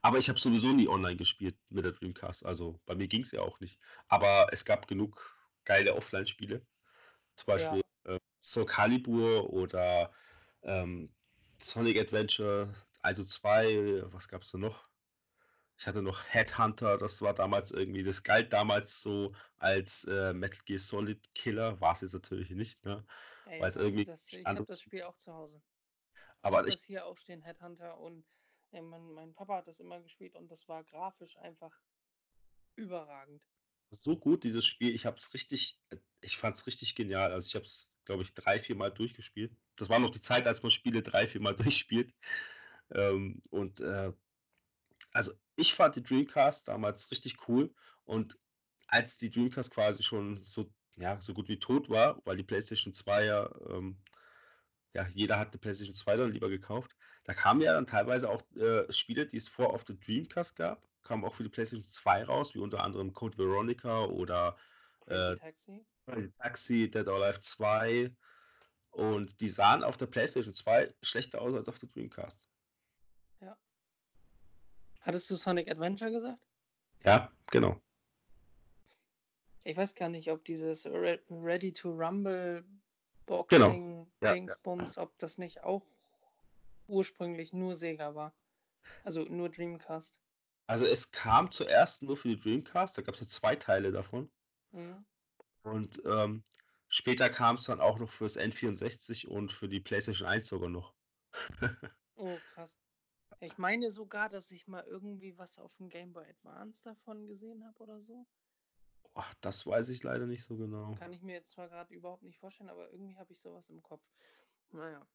Aber ich habe sowieso nie online gespielt mit der Dreamcast. Also bei mir ging es ja auch nicht. Aber es gab genug geile Offline-Spiele. Zum Beispiel Ja, Soul Calibur oder ähm, Sonic Adventure, also 2, was gab's da noch? Ich hatte noch Headhunter, das war damals irgendwie, das galt damals so als Metal Gear Solid Killer, war es jetzt natürlich nicht, ne? Weil ey, es irgendwie ich habe anders. das Spiel auch zu Hause. Ich habe Aber ich das hier auch stehen, Headhunter, und mein Papa hat das immer gespielt und das war grafisch einfach überragend. so gut, dieses Spiel, ich fand es richtig genial. Also ich habe es, glaube ich, 3, 4 Mal durchgespielt. Das war noch die Zeit, als man Spiele 3, 4 Mal durchspielt. Und also ich fand die Dreamcast damals richtig cool und als die Dreamcast quasi schon so, ja, so gut wie tot war, weil die PlayStation 2 ja, jeder hat eine PlayStation 2 dann lieber gekauft. Da kamen ja dann teilweise auch Spiele, die es vorher auf der Dreamcast gab, kamen auch für die PlayStation 2 raus, wie unter anderem Code Veronica oder Crazy äh, Taxi? Taxi, Dead or Alive 2. Und die sahen auf der PlayStation 2 schlechter aus als auf der Dreamcast. Ja. Hattest du Sonic Adventure gesagt? Ja, genau. Ich weiß gar nicht, ob dieses Ready to Rumble Genau. Boxing Ja, ja. Dingsbums, ob das nicht auch ursprünglich nur Sega war. Also nur Dreamcast. Also es kam zuerst nur für die Dreamcast, da gab es ja 2 Teile davon. Mhm. Und später kam es dann auch noch fürs N64 und für die PlayStation 1 sogar noch. Oh, krass. Ich meine sogar, dass ich mal irgendwie was auf dem Game Boy Advance davon gesehen habe oder so. Ach, das weiß ich leider nicht so genau. Kann ich mir jetzt zwar gerade überhaupt nicht vorstellen, aber irgendwie habe ich sowas im Kopf. Naja.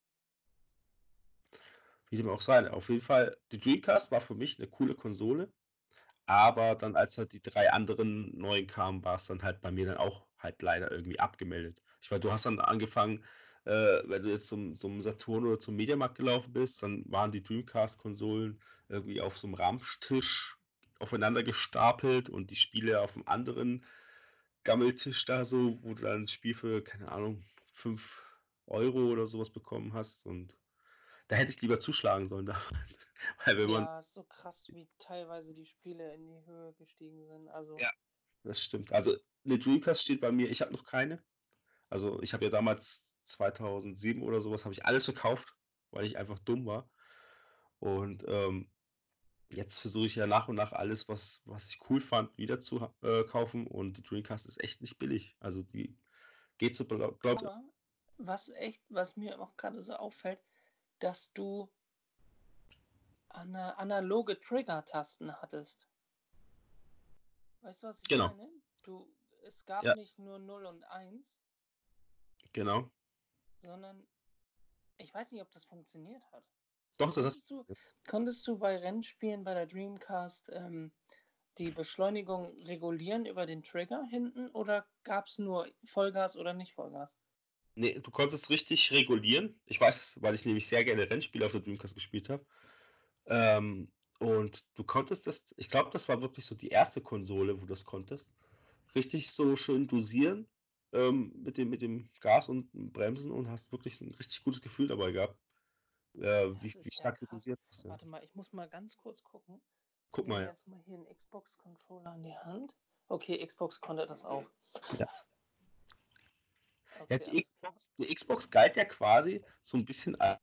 Wie dem auch sei. Auf jeden Fall, die Dreamcast war für mich eine coole Konsole, aber dann, als halt die 3 anderen neuen kamen, war es dann halt bei mir dann auch halt leider irgendwie abgemeldet. Ich meine, du hast dann angefangen, wenn du jetzt zum Saturn oder zum Mediamarkt gelaufen bist, dann waren die Dreamcast-Konsolen irgendwie auf so einem Ramstisch aufeinander gestapelt und die Spiele auf dem anderen Gammeltisch da so, wo du dann 'n Spiel für, keine Ahnung, 5 € oder sowas bekommen hast und da hätte ich lieber zuschlagen sollen damals. Weil wenn man Ja, ist so krass, wie teilweise die Spiele in die Höhe gestiegen sind. Also, Ja, das stimmt. Also, 'ne Dreamcast steht bei mir, ich habe noch keine. Also, ich habe ja damals 2007 oder sowas habe ich alles verkauft, weil ich einfach dumm war. Und, jetzt versuche ich ja nach und nach alles, was ich cool fand, wieder zu ha kaufen und die Dreamcast ist echt nicht billig. Also, die geht so glaube aber was mir auch gerade so auffällt, dass du analoge Trigger-Tasten hattest. Weißt du, was ich genau. meine? Es gab Ja, nicht nur 0 und 1, genau. sondern ich weiß nicht, ob das funktioniert hat. Doch, das hast Konntest du, konntest du bei Rennspielen bei der Dreamcast die Beschleunigung regulieren über den Trigger hinten oder gab es nur Vollgas oder nicht Vollgas? ne, du konntest richtig regulieren. Ich weiß es, weil ich nämlich sehr gerne Rennspiele auf der Dreamcast gespielt habe. Und du konntest das, ich glaube, das war wirklich so die erste Konsole, wo du das konntest, richtig so schön dosieren, mit dem Gas und Bremsen und hast wirklich so 'n richtig gutes Gefühl dabei gehabt, Das wie ist ja stark du krass. dosiert hast, ja. Warte mal, ich muss mal ganz kurz gucken. Ich Guck nehme mal, mir ja. jetzt mal hier einen Xbox-Controller in die Hand. Okay, Xbox konnte das auch. Ja. Ja, Okay, die alles klar. Xbox die Xbox galt ja quasi so 'n bisschen als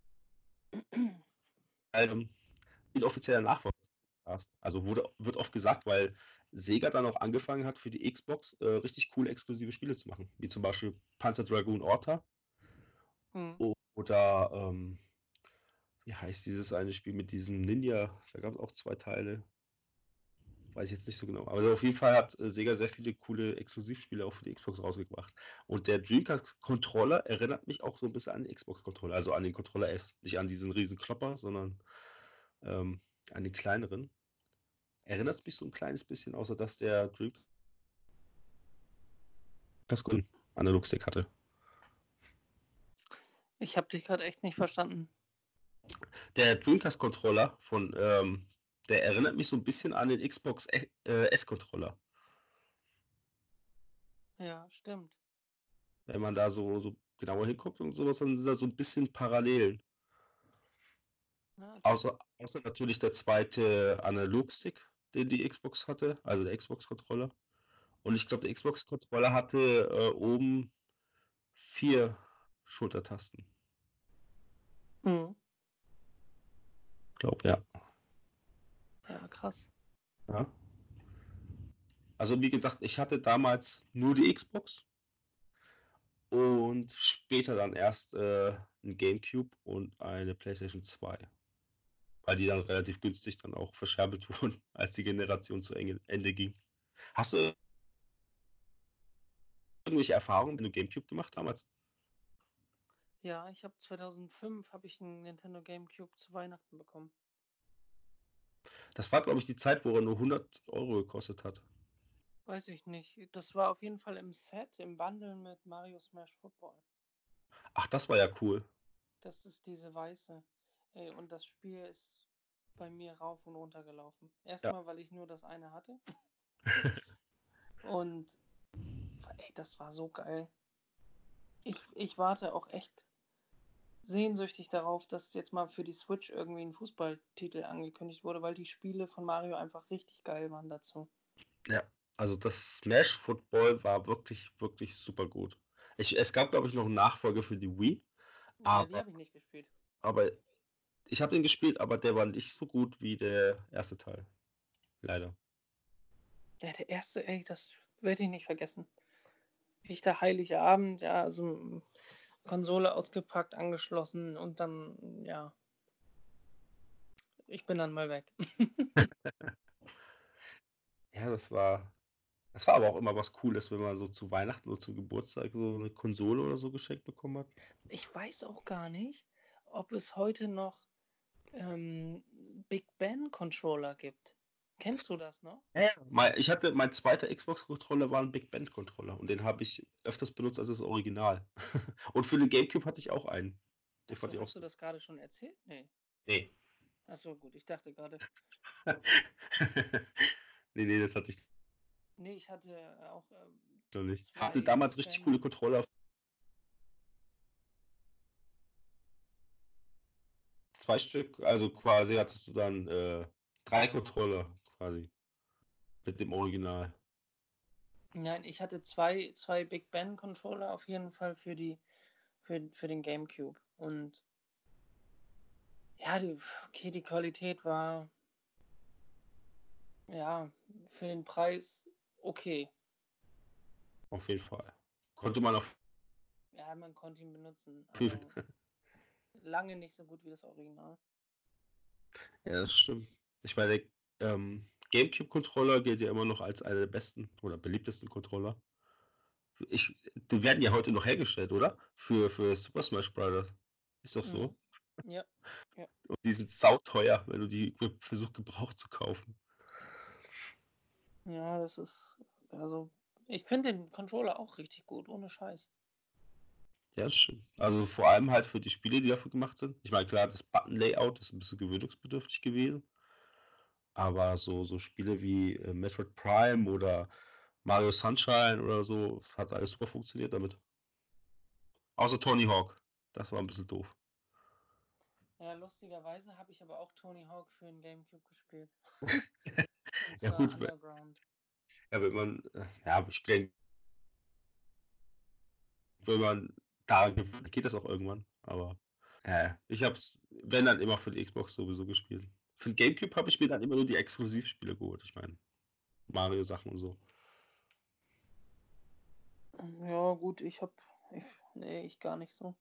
inoffizieller Nachfolger hast. Also, wird oft gesagt, weil Sega dann auch angefangen hat, für die Xbox, richtig coole exklusive Spiele zu machen, wie zum Beispiel Panzer Dragoon Orta Hm. oder, wie heißt dieses eine Spiel mit diesem Ninja? Da gab's auch 2 Teile. Weiß ich jetzt nicht so genau. Aber auf jeden Fall hat Sega sehr viele coole Exklusivspiele auch für die Xbox rausgebracht. Und der Dreamcast-Controller erinnert mich auch so ein bisschen an den Xbox-Controller, also an den Controller S. Nicht an diesen riesen Klopper, sondern ähm, an den kleineren. Erinnert mich so ein kleines bisschen, außer dass der Dreamcast einen Analogstick hatte. Ich habe dich gerade echt nicht verstanden. Der Dreamcast-Controller der erinnert mich so ein bisschen an den Xbox S-Controller. Ja, stimmt. Wenn man da so genauer hinguckt und sowas, dann sind da so ein bisschen Parallelen. Ja, okay. Außer natürlich der zweite Analogstick, den die Xbox hatte, also der Xbox-Controller. Und ich glaube, der Xbox-Controller hatte oben 4 Schultertasten. Mhm. Glaube, ja. Ja, krass. Ja. Also wie gesagt, ich hatte damals nur die Xbox und später dann erst ein GameCube und eine PlayStation 2, weil die dann relativ günstig dann auch verscherbelt wurden, als die Generation zu Ende ging. Hast du irgendwelche Erfahrungen, wenn du GameCube gemacht damals? Ja, ich habe 2005 habe ich einen Nintendo GameCube zu Weihnachten bekommen. Das war, glaube ich, die Zeit, wo er nur 100 € gekostet hat. Weiß ich nicht. Das war auf jeden Fall im Set, im Bundle mit Mario Smash Football. Ach, das war ja cool. Das ist diese weiße. Ey, und das Spiel ist bei mir rauf und runter gelaufen. Ja. Erstmal, weil ich nur das eine hatte. Und ey, das war so geil. Ich warte auch echt sehnsüchtig darauf, dass jetzt mal für die Switch irgendwie ein Fußballtitel angekündigt wurde, weil die Spiele von Mario einfach richtig geil waren dazu. Ja, also das Smash Football war wirklich, wirklich super gut. Es gab, glaube ich, noch einen Nachfolger für die Wii, Ja, die aber, habe ich nicht gespielt. aber ich habe den gespielt, aber der war nicht so gut wie der erste Teil. Leider. Ja, der erste, ey, das werde ich nicht vergessen. Wie ich da Heiligabend, ja, also Konsole ausgepackt, angeschlossen und dann, ja, ich bin dann mal weg. Ja, das war aber auch immer was Cooles, wenn man so zu Weihnachten oder zum Geburtstag so eine Konsole oder so geschenkt bekommen hat. Ich weiß auch gar nicht, ob es heute noch ähm, Big Ben Controller gibt. Kennst du das noch? Ja, ja. Mein zweiter Xbox-Controller war ein Big Band Controller und den habe ich öfters benutzt als das Original. Und für den GameCube hatte ich auch einen. Den fand Achso, ich auch hast du super. das gerade schon erzählt? Nee. Nee. Achso, gut, ich dachte gerade. Nee, nee, das hatte ich Nee, ich hatte auch noch nicht. Hatte zwei damals Big richtig Ben. coole Controller. 2 Stück, also quasi hattest du dann 3 Controller quasi mit dem Original. Nein, ich hatte zwei Big Ben Controller auf jeden Fall für den GameCube. Und ja, die Qualität war ja für den Preis okay. Auf jeden Fall. Konnte man auf Ja, man konnte ihn benutzen, viel. aber lange nicht so gut wie das Original. Ja, das stimmt. Ich meine, der GameCube-Controller gilt ja immer noch als einer der besten oder beliebtesten Controller. Die werden ja heute noch hergestellt, oder? Für Super Smash Bros. Ist doch Mhm. so. Ja, ja. Und die sind sauteuer, wenn du die versuchst gebraucht zu kaufen. Ja, das ist, also, ich finde den Controller auch richtig gut, ohne Scheiß. Ja, das stimmt. Also vor allem halt für die Spiele, die dafür gemacht sind. Ich meine, klar, das Button-Layout ist ein bisschen gewöhnungsbedürftig gewesen, aber so Spiele wie Metroid Prime oder Mario Sunshine oder so, hat alles super funktioniert damit. Außer Tony Hawk. Das war ein bisschen doof. Ja, lustigerweise habe ich aber auch Tony Hawk für den GameCube gespielt. Und Ja zwar gut, Underground. ja, wenn man, ja, ich denke, wenn man da gewöhnt, geht das auch irgendwann. Aber ich habe es, wenn dann immer für die Xbox sowieso gespielt. Für den GameCube habe ich mir dann immer nur die Exklusivspiele geholt. Ich meine, Mario-Sachen und so. Ja, gut, nee, ich gar nicht so.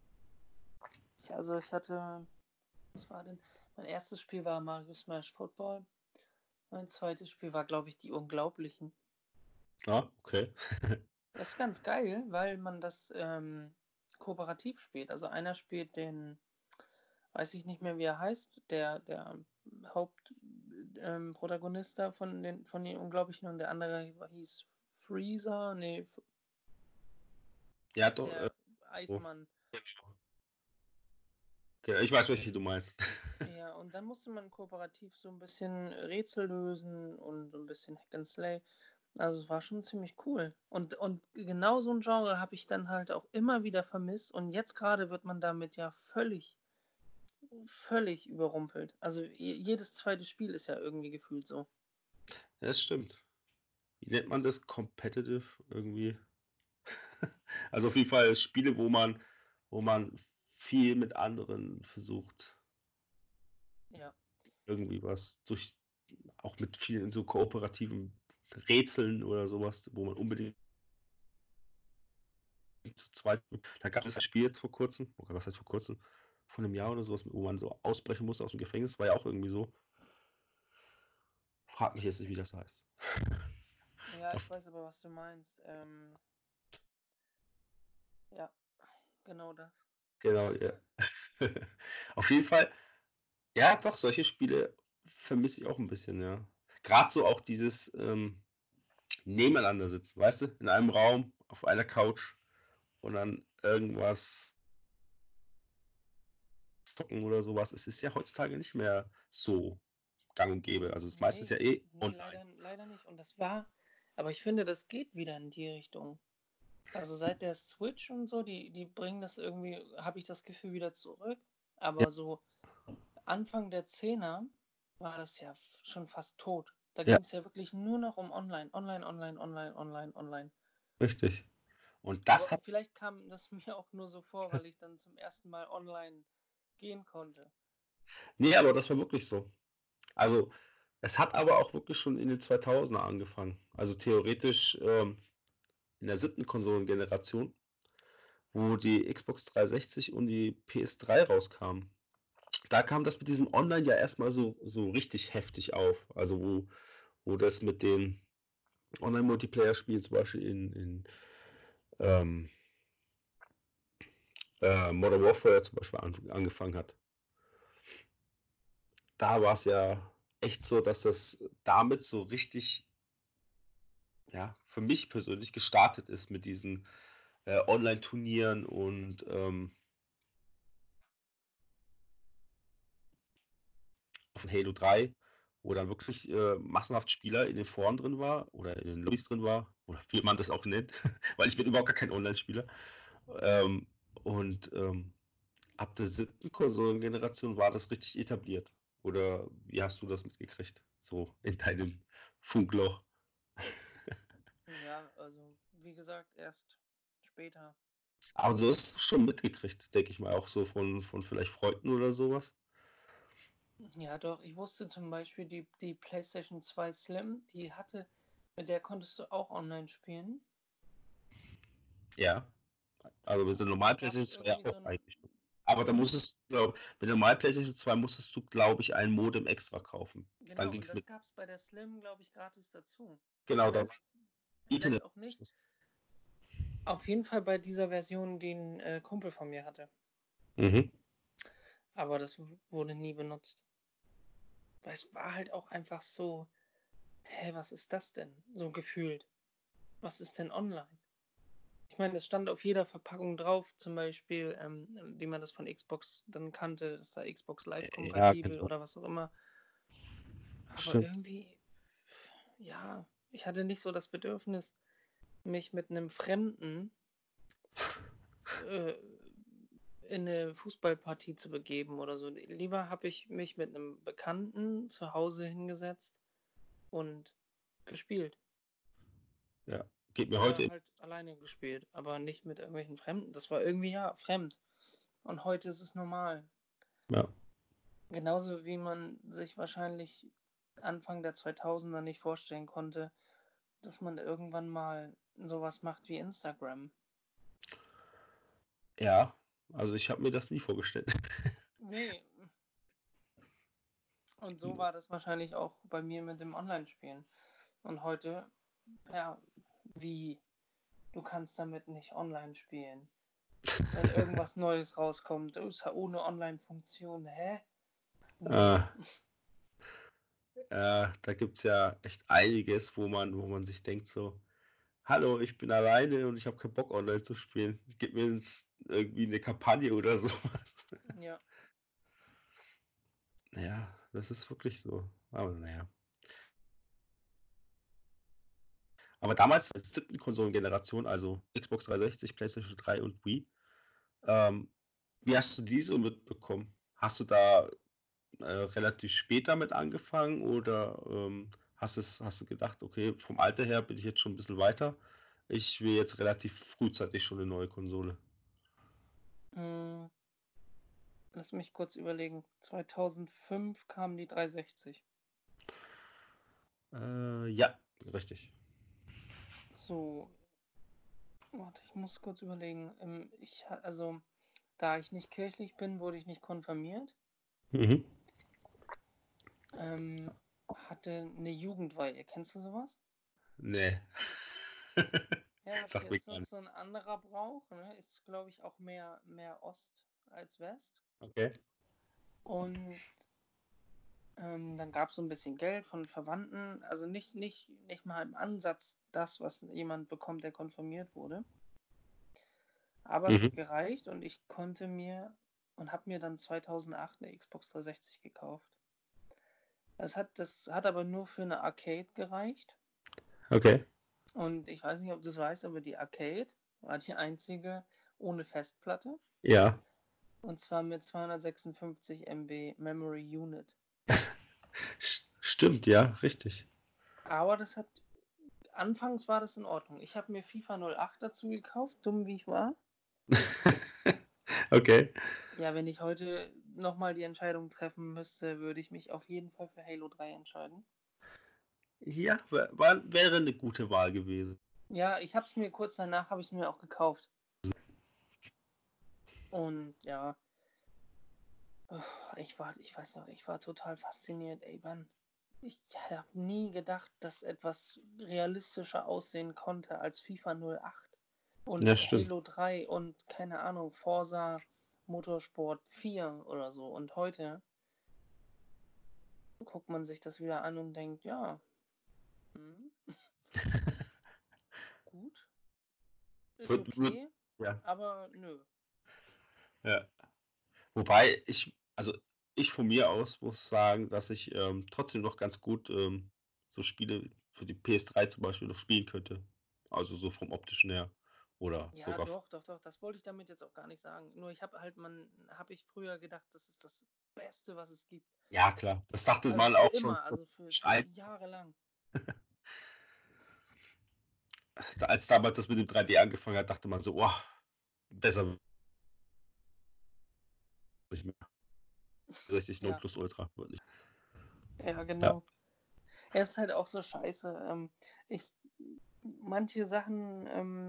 Ich hatte, was war denn? Mein erstes Spiel war Mario Smash Football. Mein zweites Spiel war, glaube ich, Die Unglaublichen. Ah, okay. Das ist ganz geil, weil man das kooperativ spielt. Also einer spielt den, weiß ich nicht mehr, wie er heißt, der Hauptprotagonist da von den Unglaublichen und der andere hieß Freezer, nee, Ja, doch. der Oh. Eismann. Okay, ich weiß, welche du meinst. Ja, und dann musste man kooperativ so ein bisschen Rätsel lösen und so ein bisschen Hack and Slay. Also es war schon ziemlich cool. Und genau so ein Genre habe ich dann halt auch immer wieder vermisst. Und jetzt gerade wird man damit ja völlig völlig überrumpelt. Also jedes zweite Spiel ist ja irgendwie gefühlt so. Ja, das stimmt. Wie nennt man das? Competitive irgendwie? Also auf jeden Fall Spiele, wo man viel mit anderen versucht, Ja, irgendwie was durch auch mit vielen so kooperativen Rätseln oder sowas, wo man unbedingt zu zweit. Da gab es ein Spiel jetzt vor Kurzem, okay, was heißt vor Kurzem? Vor einem Jahr oder sowas, wo man so ausbrechen musste aus dem Gefängnis, war ja auch irgendwie so. Frag mich jetzt nicht, wie das heißt. ja, ich Auf, weiß aber, was du meinst. Ja, genau das. genau, ja. Auf jeden Fall, ja, doch, solche Spiele vermisse ich auch ein bisschen, ja. Gerade so auch dieses nebeneinander sitzen, weißt du, in einem Raum, auf einer Couch und dann irgendwas zocken oder sowas. Es ist ja heutzutage nicht mehr so gang und gäbe. Also es ist meistens Nee, ja eh nee, online. leider nicht. Und das war, aber ich finde, das geht wieder in die Richtung. Also seit der Switch und so, die bringen das irgendwie, habe ich das Gefühl, wieder zurück. Ja, Aber so Anfang der Zehner war das ja schon fast tot. Da ja, ging es ja wirklich nur noch um Online, Online, Online, Online, Online, Online. richtig. Und das Aber hat, vielleicht kam das mir auch nur so vor, weil ich dann zum ersten Mal online gehen konnte. nee, aber das war wirklich so. Also es hat aber auch wirklich schon in den 2000er angefangen. Also theoretisch in der 7. Konsolengeneration, wo die Xbox 360 und die PS3 rauskamen. Da kam das mit diesem Online ja erstmal so richtig heftig auf. Also wo das mit den Online-Multiplayer-Spielen zum Beispiel in ähm, Modern Warfare zum Beispiel angefangen hat. Da war es ja echt so, dass das damit so richtig, ja, für mich persönlich gestartet ist mit diesen Online-Turnieren und von Halo 3, wo dann wirklich massenhaft Spieler in den Foren drin war oder in den Lobbys drin war, oder wie man das auch nennt, weil ich bin überhaupt gar kein Online-Spieler. Ähm, und ab der 7. Konsolengeneration war das richtig etabliert. Oder wie hast du das mitgekriegt? So in deinem Funkloch. Ja, also wie gesagt, erst später. Aber du hast es schon mitgekriegt, denke ich mal, auch so von vielleicht Freunden oder sowas. Ja, doch, ich wusste zum Beispiel, die PlayStation 2 Slim, mit der konntest du auch online spielen. Ja. Also mit der Da normalen gab es PlayStation 2 ja irgendwie so auch ein, eigentlich. Aber da musstest du, mit der normalen PlayStation 2 musstest du, glaube ich, ein Modem extra kaufen. Dann genau, ging und es das mit, gab es bei der Slim, glaube ich, gratis dazu. genau, da war Vielleicht Ethernet. auch nicht. Auf jeden Fall bei dieser Version, die ein Kumpel von mir hatte. Mhm. Aber das wurde nie benutzt. Weil es war halt auch einfach so, hä, was ist das denn? So gefühlt. Was ist denn online? Ich meine, es stand auf jeder Verpackung drauf, zum Beispiel, wie man das von Xbox dann kannte, das da Xbox Live Ja, kompatibel genau. oder was auch immer. Aber Stimmt. irgendwie, ja, ich hatte nicht so das Bedürfnis, mich mit einem Fremden äh, in eine Fußballpartie zu begeben oder so. Lieber habe ich mich mit einem Bekannten zu Hause hingesetzt und gespielt. Ja. Geht mir Oder heute. halt alleine gespielt, aber nicht mit irgendwelchen Fremden. Das war irgendwie ja fremd. Und heute ist es normal. Ja. Genauso wie man sich wahrscheinlich Anfang der 2000er nicht vorstellen konnte, dass man irgendwann mal sowas macht wie Instagram. Ja. Also ich habe mir das nie vorgestellt. Nee. Und so war das wahrscheinlich auch bei mir mit dem Online-Spielen. Und heute, ja, wie? Du kannst damit nicht online spielen. Wenn irgendwas Neues rauskommt, ist ja ohne Online-Funktion. Hä? äh, Nee. da gibt es ja echt einiges, wo man sich denkt so, hallo, ich bin alleine und ich habe keinen Bock online zu spielen. Gib mir jetzt irgendwie eine Kampagne oder sowas. Ja. Ja, das ist wirklich so. Aber naja. Aber damals in der 7. Konsolengeneration, also Xbox 360, PlayStation 3 und Wii, ähm, wie hast du die so mitbekommen? hast du da relativ spät damit angefangen oder hast du gedacht, okay, vom Alter her bin ich jetzt schon ein bisschen weiter. Ich will jetzt relativ frühzeitig schon eine neue Konsole. Hm, lass mich kurz überlegen. 2005 kam die 360. Ja, richtig. So, warte, ich muss kurz überlegen. Also, da ich nicht kirchlich bin, wurde ich nicht konfirmiert. Mhm. Ähm, hatte eine Jugendweihe. Kennst du sowas? Nee. Ja, okay, Sagt mir ist gar das nicht. so ein anderer Brauch, ne? Ist, glaube ich, auch mehr Ost als West. Okay. Und dann gab es so ein bisschen Geld von Verwandten. Also nicht mal im Ansatz das, was jemand bekommt, der konfirmiert wurde. Aber es Mhm. hat gereicht und ich konnte mir und habe mir dann 2008 eine Xbox 360 gekauft. Das hat aber nur für eine Arcade gereicht. Okay. Und ich weiß nicht, ob du das weißt, aber die Arcade war die einzige ohne Festplatte. Ja. Und zwar mit 256 MB Memory Unit. Stimmt, ja, richtig. Aber anfangs war das in Ordnung. Ich habe mir FIFA 08 dazu gekauft, dumm wie ich war. Okay. Ja, wenn ich heute nochmal die Entscheidung treffen müsste, würde ich mich auf jeden Fall für Halo 3 entscheiden. Ja, wäre eine gute Wahl gewesen. Ja, ich habe es mir kurz danach, habe ich es mir auch gekauft. Und ja, ich weiß noch, ich war total fasziniert, ey, Mann. Ich habe nie gedacht, dass etwas realistischer aussehen konnte als FIFA 08 und Ja, stimmt. Halo 3 und keine Ahnung, Forza Motorsport 4 oder so. Und heute guckt man sich das wieder an und denkt, ja, hm, gut, ist Wird, okay, ja. aber nö. Ja. Wobei ich von mir aus muss sagen, dass ich trotzdem noch ganz gut so Spiele für die PS3 zum Beispiel noch spielen könnte. Also so vom optischen her. Oder Ja, sogar. doch, das wollte ich damit jetzt auch gar nicht sagen. Nur habe ich früher gedacht, das ist das Beste, was es gibt. Ja, klar. Das sagte Also man für auch schon immer, also für als, jahrelang. als damals das mit dem 3D angefangen hat, dachte man so, oh, besser wird nicht mehr. Richtig Ja, Nonplusultra. Wird nicht. ja, Ja. genau. Er ist halt auch so scheiße. Ich, manche Sachen,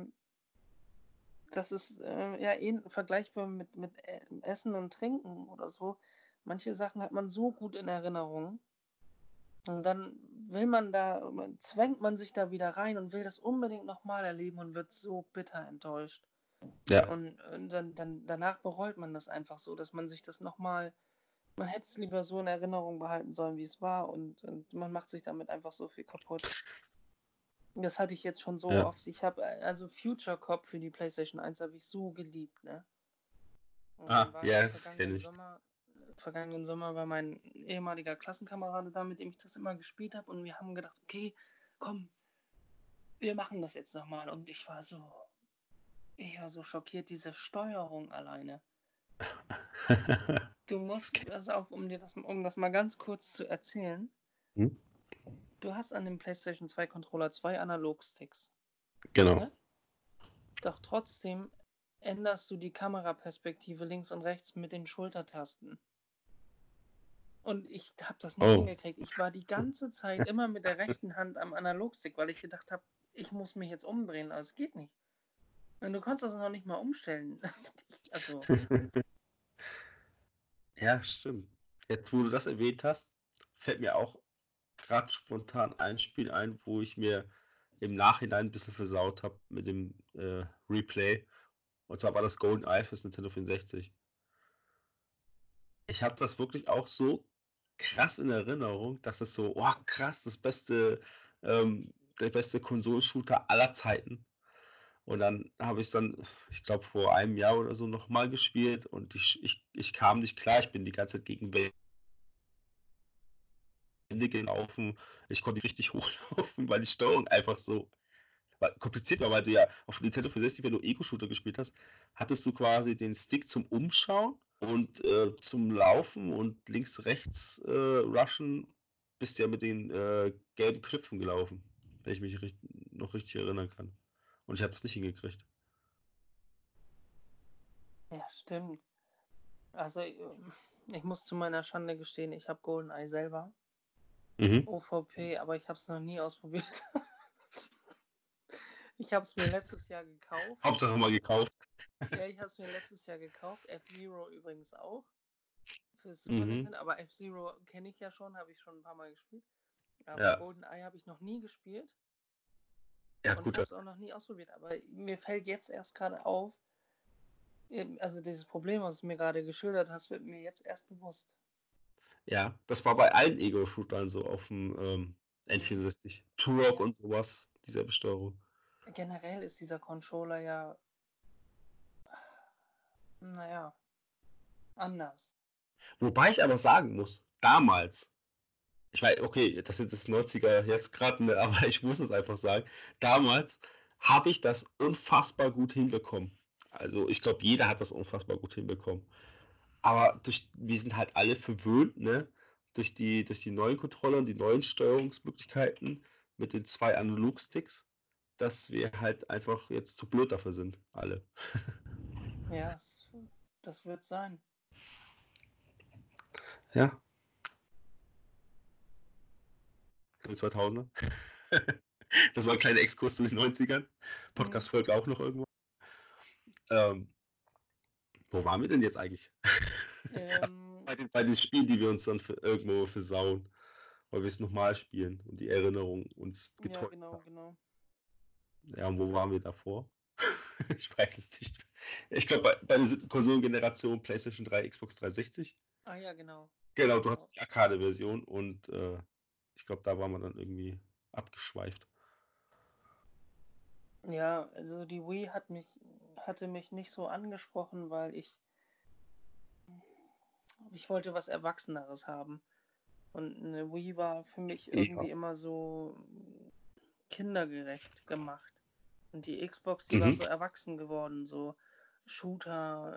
das ist ja vergleichbar mit Essen und Trinken oder so. Manche Sachen hat man so gut in Erinnerung. Und dann zwängt man sich da wieder rein und will das unbedingt nochmal erleben und wird so bitter enttäuscht. Ja. Und dann danach bereut man das einfach so, dass man sich das nochmal, man hätte es lieber so in Erinnerung behalten sollen, wie es war und man macht sich damit einfach so viel kaputt. Das hatte ich jetzt schon so Ja. oft. Ich habe, also Future Cop für die PlayStation 1 habe ich so geliebt, ne? Und dann Ah, war jetzt yes, kenne ich. vergangenen Sommer war mein ehemaliger Klassenkamerad da, mit dem ich das immer gespielt habe und wir haben gedacht, okay, komm, wir machen das jetzt nochmal. Und ich war so schockiert, diese Steuerung alleine. Du musst, also auch um das mal ganz kurz zu erzählen, Hm? du hast an dem PlayStation 2 Controller zwei Analogsticks, Genau. ne? Doch trotzdem änderst du die Kameraperspektive links und rechts mit den Schultertasten. Und ich habe das nicht Oh. hingekriegt. Ich war die ganze Zeit immer mit der rechten Hand am Analogstick, weil ich gedacht habe, ich muss mich jetzt umdrehen, aber es geht nicht. Und du konntest das noch nicht mal umstellen. Also, Ja, stimmt. Jetzt, wo du das erwähnt hast, fällt mir auch gerade spontan ein Spiel ein, wo ich mir im Nachhinein ein bisschen versaut habe mit dem Replay. Und zwar war das GoldenEye fürs Nintendo 64. Ich habe das wirklich auch so krass in Erinnerung, dass es so, oh krass, der beste Konsolenshooter aller Zeiten. Und dann habe ich es dann, ich glaube, vor einem Jahr oder so nochmal gespielt und ich kam nicht klar. Ich bin die ganze Zeit gegen Wände gelaufen. Ich konnte nicht richtig hochlaufen, weil die Steuerung einfach so kompliziert war, weil du ja auf Nintendo 64, wenn du Ego-Shooter gespielt hast, hattest du quasi den Stick zum Umschauen Und zum Laufen und links, rechts rushen bist du ja mit den gelben Knöpfen gelaufen, wenn ich mich noch richtig erinnern kann. Und ich habe es nicht hingekriegt. Ja, stimmt. Also, ich muss zu meiner Schande gestehen, ich habe GoldenEye selber. Mhm. OVP, aber ich habe es noch nie ausprobiert. Ich habe es mir letztes Jahr gekauft. Hauptsache mal gekauft. Ja, ich habe es mir letztes Jahr gekauft. F-Zero übrigens auch. Für Super Mhm. Nintendo. Aber F-Zero kenne ich ja schon, habe ich schon ein paar Mal gespielt. Aber Ja, GoldenEye habe ich noch nie gespielt. ja Und ich gut. habe es auch noch nie ausprobiert. Aber mir fällt jetzt erst gerade auf, also dieses Problem, was du mir gerade geschildert hast, wird mir jetzt erst bewusst. Ja, das war bei allen Ego-Shootern so auf dem Mhm. N64. Turok Ja, und sowas, dieselbe Steuerung. generell ist dieser Controller ja, naja, anders. Wobei ich aber sagen muss, damals, ich weiß, okay, das sind das 90er jetzt gerade, ne, aber ich muss es einfach sagen, damals habe ich das unfassbar gut hinbekommen. Also ich glaube, jeder hat das unfassbar gut hinbekommen. Aber wir sind halt alle verwöhnt, ne? Durch die neuen Controller und die neuen Steuerungsmöglichkeiten mit den zwei Analogsticks, dass wir halt einfach jetzt zu blöd dafür sind, alle. Ja, das wird sein. Ja, die 2000er. Das war ein kleiner Exkurs zu den 90ern. Mhm. Podcast folgt auch noch irgendwo. Ähm, wo waren wir denn jetzt eigentlich? Ach, Ähm, bei den Spielen, die wir uns dann irgendwo versauen, weil wir es nochmal spielen und die Erinnerung uns ja, getäuscht genau, hat. genau. Ja, und wo waren wir davor? Ich weiß es nicht. Ich glaube, bei der siebten Konsolengeneration PlayStation 3, Xbox 360. Ah ja, genau. Genau, du Genau. hast die Arcade-Version und ich glaube, da war man dann irgendwie abgeschweift. Ja, also die Wii hatte mich nicht so angesprochen, weil ich wollte was Erwachseneres haben. Und eine Wii war für mich Ja. irgendwie immer so kindergerecht gemacht. Und die Xbox, die war Mhm. so erwachsen geworden, so Shooter,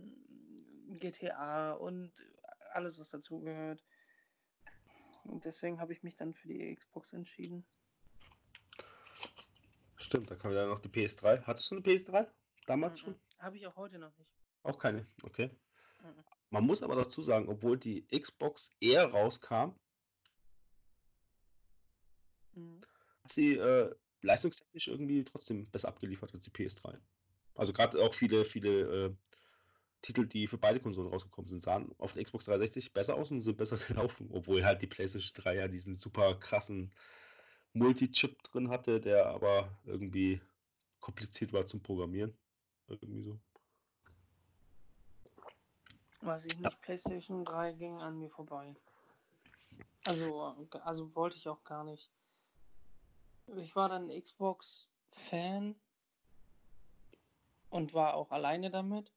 GTA und alles, was dazugehört. Und deswegen habe ich mich dann für die Xbox entschieden. Stimmt, da kam ja noch die PS3. Hattest du eine PS3? Damals schon? Habe ich auch heute noch nicht. Auch keine, okay. Mhm. Man muss aber dazu sagen, obwohl die Xbox eher rauskam, Mhm. hat sie leistungstechnisch irgendwie trotzdem besser abgeliefert als die PS3. Also gerade auch viele Titel, die für beide Konsolen rausgekommen sind, sahen auf der Xbox 360 besser aus und sind besser gelaufen, obwohl halt die PlayStation 3 ja diesen super krassen Multi-Chip drin hatte, der aber irgendwie kompliziert war zum Programmieren. Irgendwie so. Weiß ich Ja. nicht, PlayStation 3 ging an mir vorbei. Also wollte ich auch gar nicht. Ich war dann Xbox-Fan und war auch alleine damit.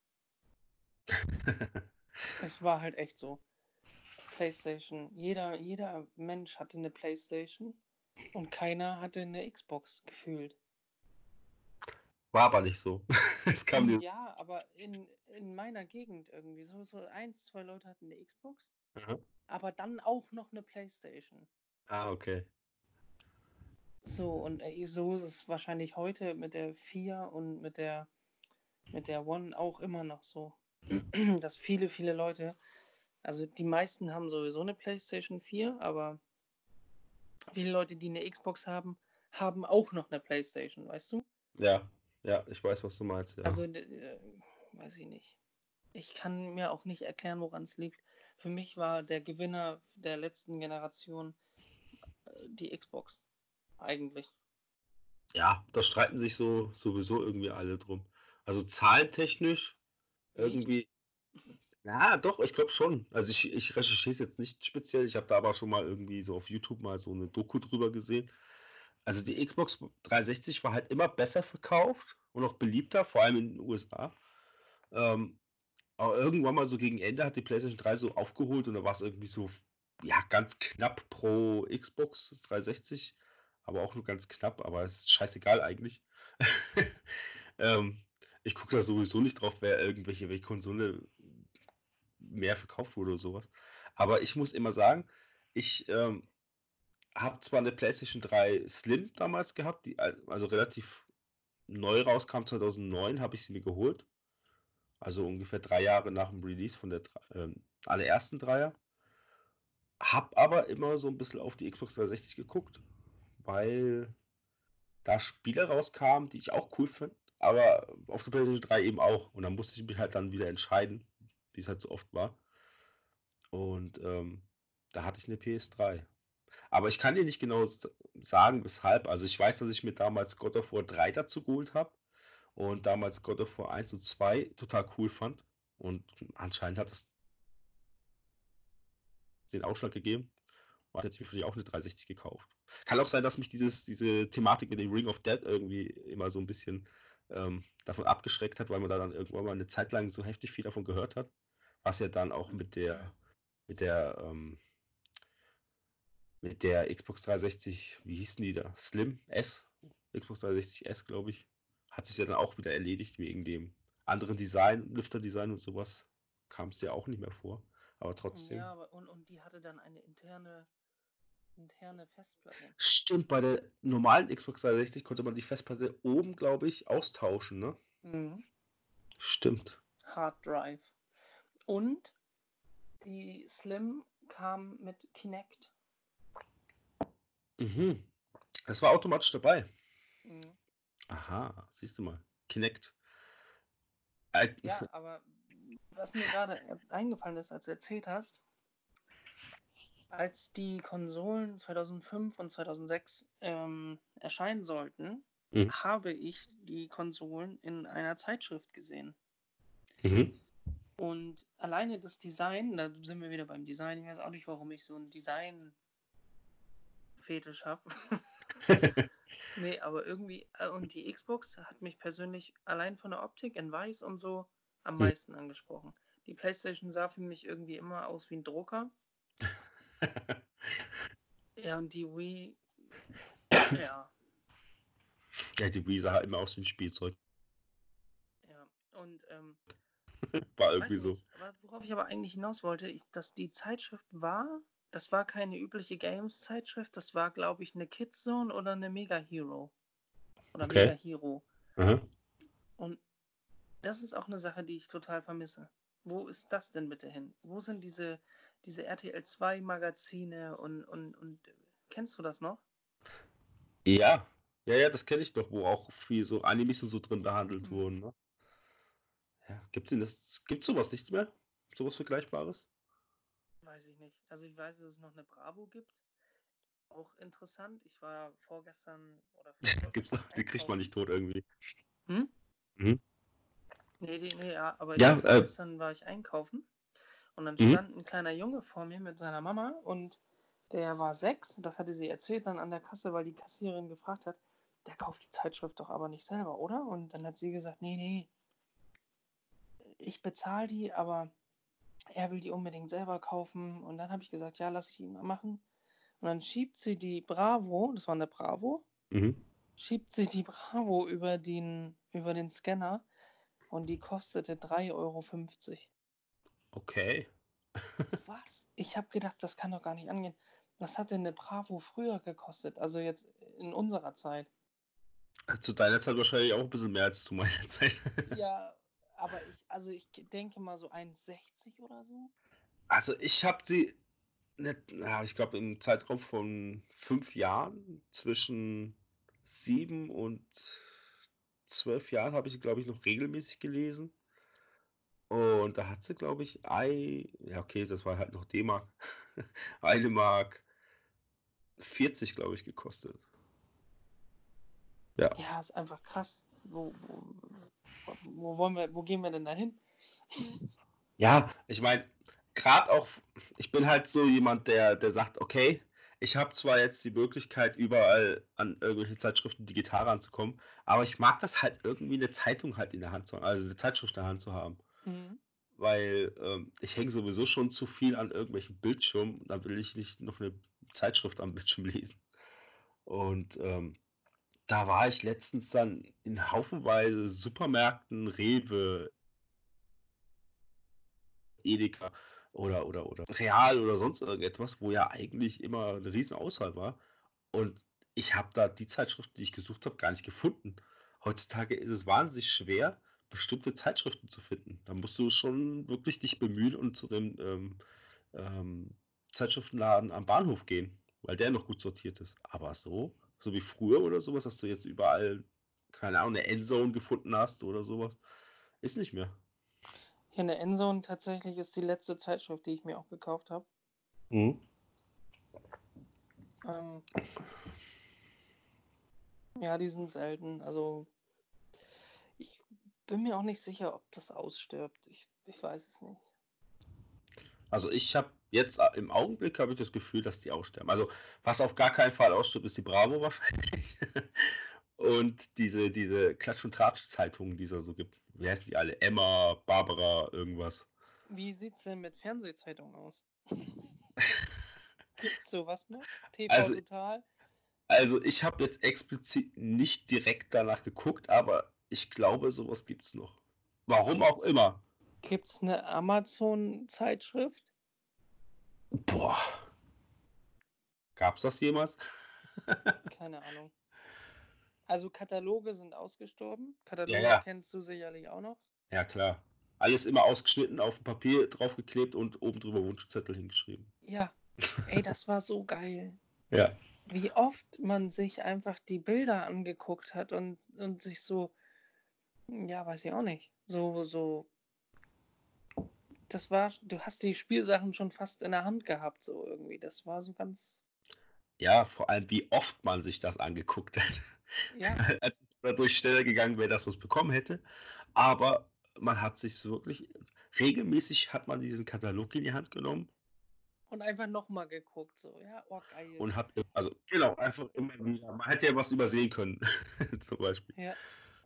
Es war halt echt so. PlayStation. Jeder Mensch hatte eine PlayStation und keiner hatte eine Xbox gefühlt. War aber nicht so. Es kam dir. Ja, aber in meiner Gegend irgendwie. So eins, zwei Leute hatten eine Xbox, Aha. aber dann auch noch eine PlayStation. Ah, okay. So, und so ist es wahrscheinlich heute mit der 4 und mit der One auch immer noch so. Dass viele Leute, also die meisten haben sowieso eine PlayStation 4, aber viele Leute, die eine Xbox haben, haben auch noch eine PlayStation, weißt du? Ja, ja, ich weiß, was du meinst, ja. Also, weiß ich nicht. Ich kann mir auch nicht erklären, woran es liegt. Für mich war der Gewinner der letzten Generation die Xbox. Eigentlich. Ja, da streiten sich sowieso irgendwie alle drum. Also zahlentechnisch Echt? irgendwie, ja, doch, ich glaube schon. Also ich recherchiere es jetzt nicht speziell, ich habe da aber schon mal irgendwie so auf YouTube mal so eine Doku drüber gesehen. Also die Xbox 360 war halt immer besser verkauft und auch beliebter, vor allem in den USA. Ähm, aber irgendwann mal so gegen Ende hat die PlayStation 3 so aufgeholt und da war es irgendwie so, ja, ganz knapp pro Xbox 360, aber auch nur ganz knapp, aber ist scheißegal eigentlich. Ähm, ich gucke da sowieso nicht drauf, welche Konsole mehr verkauft wurde oder sowas. Aber ich muss immer sagen, ich, habe zwar eine PlayStation 3 Slim damals gehabt, die also relativ neu rauskam, 2009 habe ich sie mir geholt, also ungefähr 3 Jahre nach dem Release von der allerersten Dreier. Habe aber immer so ein bisschen auf die Xbox 360 geguckt, weil da Spiele rauskamen, die ich auch cool finde, aber auf der PlayStation 3 eben auch. Und dann musste ich mich halt dann wieder entscheiden, wie es halt so oft war. Und da hatte ich eine PS3. Aber ich kann dir nicht genau sagen, weshalb. Also ich weiß, dass ich mir damals God of War 3 dazu geholt habe und damals God of War 1 und 2 total cool fand. Und anscheinend hat es den Ausschlag gegeben. Und hätte ich mir vielleicht auch eine 360 gekauft. Kann auch sein, dass mich diese Thematik mit dem Ring of Death irgendwie immer so ein bisschen davon abgeschreckt hat, weil man da dann irgendwann mal eine Zeit lang so heftig viel davon gehört hat. Was ja dann auch mit der, ähm, mit der Xbox 360, wie hießen die da? Slim S? Xbox 360 S, glaube ich. Hat sich ja dann auch wieder erledigt wegen dem anderen Design, Lüfterdesign und sowas. Kam es ja auch nicht mehr vor. Aber trotzdem. Ja, aber und die hatte dann eine interne Festplatte. Stimmt, bei der normalen Xbox 360 konnte man die Festplatte oben, glaube ich, austauschen, ne? Mhm. Stimmt. Hard Drive. Und die Slim kam mit Kinect. Mhm. Das war automatisch dabei. Mhm. Aha, siehst du mal. Kinect. Ja, aber was mir gerade eingefallen ist, als du erzählt hast, als die Konsolen 2005 und 2006 erscheinen sollten, Mhm. habe ich die Konsolen in einer Zeitschrift gesehen. Mhm. Und alleine das Design, da sind wir wieder beim Design, ich weiß auch nicht, warum ich so einen Design-Fetisch habe. Nee, aber irgendwie, und die Xbox hat mich persönlich allein von der Optik in weiß und so am Hm. meisten angesprochen. Die PlayStation sah für mich irgendwie immer aus wie ein Drucker. Ja, und die Wii, ja, Ja, die Wii sah halt immer aus wie ein Spielzeug. ja. Und War weiß irgendwie so. nicht, worauf ich aber eigentlich hinaus wollte, dass die Zeitschrift war, das war keine übliche Games-Zeitschrift, das war, glaube ich, eine Kidzone oder eine Mega Hero. Oder Mega Okay. Hero. Aha. Und das ist auch eine Sache, die ich total vermisse. Wo ist das denn bitte hin? Wo sind diese RTL 2 Magazine und kennst du das noch? Ja. Ja, ja, das kenne ich doch, wo auch viel so Animes und so drin behandelt Mhm. wurden, ne? Ja. Gibt's sowas nicht mehr? Sowas Vergleichbares? Weiß ich nicht. Also ich weiß, dass es noch eine Bravo gibt. Auch interessant. Ich war vorgestern oder Gibt's vorvorgestern noch, die kriegt man einkaufen. nicht tot irgendwie. Hm? Mhm. Nee, ja, aber Ja, vorgestern war ich einkaufen und dann mhm. stand ein kleiner Junge vor mir mit seiner Mama und der war 6, das hatte sie erzählt dann an der Kasse, weil die Kassiererin gefragt hat, der kauft die Zeitschrift doch aber nicht selber, oder? Und dann hat sie gesagt, nee, ich bezahle die, aber er will die unbedingt selber kaufen. Und dann habe ich gesagt, ja, lass ich ihn mal machen. Und dann schiebt sie die Bravo, das war eine Bravo, Mhm. schiebt sie die Bravo über den Scanner und die kostete 3,50 Euro. Okay. Was? Ich habe gedacht, das kann doch gar nicht angehen. Was hat denn eine Bravo früher gekostet? Also jetzt in unserer Zeit. Zu deiner Zeit wahrscheinlich auch ein bisschen mehr als zu meiner Zeit. Ja, aber ich denke mal so 1,60 oder so. Also ich habe sie nicht, ja, ich glaube im Zeitraum von 5 Jahren, zwischen 7 und 12 Jahren habe ich sie, glaube ich, noch regelmäßig gelesen. Und da hat sie, glaube ich, ja okay, das war halt noch D-Mark, 1 Mark 40, glaube ich, gekostet. Ja. Ja, ist einfach krass. Wo gehen wir denn da hin? Ja, ich meine, gerade auch, ich bin halt so jemand, der sagt, okay, ich habe zwar jetzt die Möglichkeit, überall an irgendwelche Zeitschriften digital ranzukommen, aber ich mag das halt irgendwie, eine Zeitung halt in der Hand zu haben, also eine Zeitschrift in der Hand zu haben. Mhm. Weil ich hänge sowieso schon zu viel an irgendwelchen Bildschirmen, da will ich nicht noch eine Zeitschrift am Bildschirm lesen. Und da war ich letztens dann in haufenweise Supermärkten, Rewe, Edeka oder Real oder sonst irgendetwas, wo ja eigentlich immer eine riesen Auswahl war. Und ich habe da die Zeitschriften, die ich gesucht habe, gar nicht gefunden. Heutzutage ist es wahnsinnig schwer, bestimmte Zeitschriften zu finden. Da musst du schon wirklich dich bemühen und zu dem ähm, Zeitschriftenladen am Bahnhof gehen, weil der noch gut sortiert ist. Aber so wie früher oder sowas, dass du jetzt überall, keine Ahnung, eine Endzone gefunden hast oder sowas, ist nicht mehr. Hier in der Endzone tatsächlich ist die letzte Zeitschrift, die ich mir auch gekauft habe. Mhm. Ähm, ja, die sind selten. Also ich bin mir auch nicht sicher, ob das ausstirbt. Ich weiß es nicht. Also ich habe jetzt im Augenblick habe ich das Gefühl, dass die aussterben. Also was auf gar keinen Fall ausstirbt, ist die Bravo wahrscheinlich. Und diese Klatsch- und Tratsch-Zeitungen, die es da so gibt. Wie heißen die alle? Emma, Barbara, irgendwas. Wie sieht's denn mit Fernsehzeitungen aus? Gibt's sowas noch? TV Also, Total? also ich habe jetzt explizit nicht direkt danach geguckt, aber ich glaube, sowas gibt's noch. Warum auch Gibt's, immer. gibt's eine Amazon-Zeitschrift? Boah, gab's das jemals? Keine Ahnung. Also Kataloge sind ausgestorben. Ja, Kataloge ja. kennst du sicherlich auch noch. Ja, klar. Alles immer ausgeschnitten, auf dem Papier draufgeklebt und oben drüber Wunschzettel hingeschrieben. Ja, ey, das war so geil. Ja. Wie oft man sich einfach die Bilder angeguckt hat und sich so, ja, weiß ich auch nicht, das war, du hast die Spielsachen schon fast in der Hand gehabt, so irgendwie. Das war so ganz, Ja, vor allem, wie oft man sich das angeguckt hat. ja, Als es dadurch schneller gegangen wäre, dass man es bekommen hätte. Aber man hat sich wirklich regelmäßig hat man diesen Katalog in die Hand genommen und einfach nochmal geguckt, so, ja, oh, geil. und hat, also genau, einfach immer wieder. Man hätte ja was übersehen können, zum Beispiel. Ja,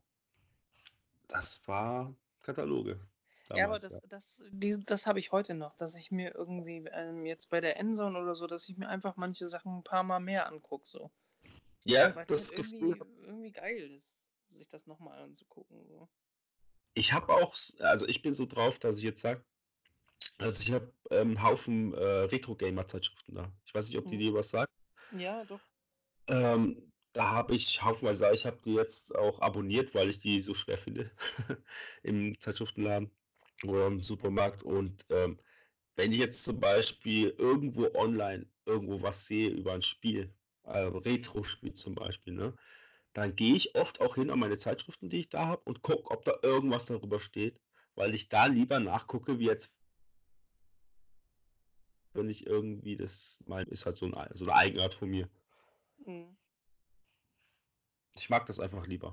Das war Kataloge ja, aber damals, ja. das habe ich heute noch, dass ich mir irgendwie jetzt bei der Endzone oder so, dass ich mir einfach manche Sachen ein paar Mal mehr angucke, so. Ja, Weil es halt das Gefühl. irgendwie geil ist, sich das nochmal anzugucken. So. Ich habe auch, also ich bin so drauf, dass ich jetzt sage, also ich habe einen Haufen Retro-Gamer-Zeitschriften da. Ich weiß nicht, ob die Mhm. dir was sagen. Ja, doch. Da habe ich haufenweise, ich habe die jetzt auch abonniert, weil ich die so schwer finde im Zeitschriftenladen oder im Supermarkt. Und wenn ich jetzt zum Beispiel irgendwo online irgendwo was sehe über ein Spiel, Retro-Spiel zum Beispiel, ne, dann gehe ich oft auch hin an meine Zeitschriften, die ich da habe, und gucke, ob da irgendwas darüber steht, weil ich da lieber nachgucke, wie jetzt, wenn ich irgendwie das mal, ist halt so eine Eigenart von mir. Mhm. Ich mag das einfach lieber.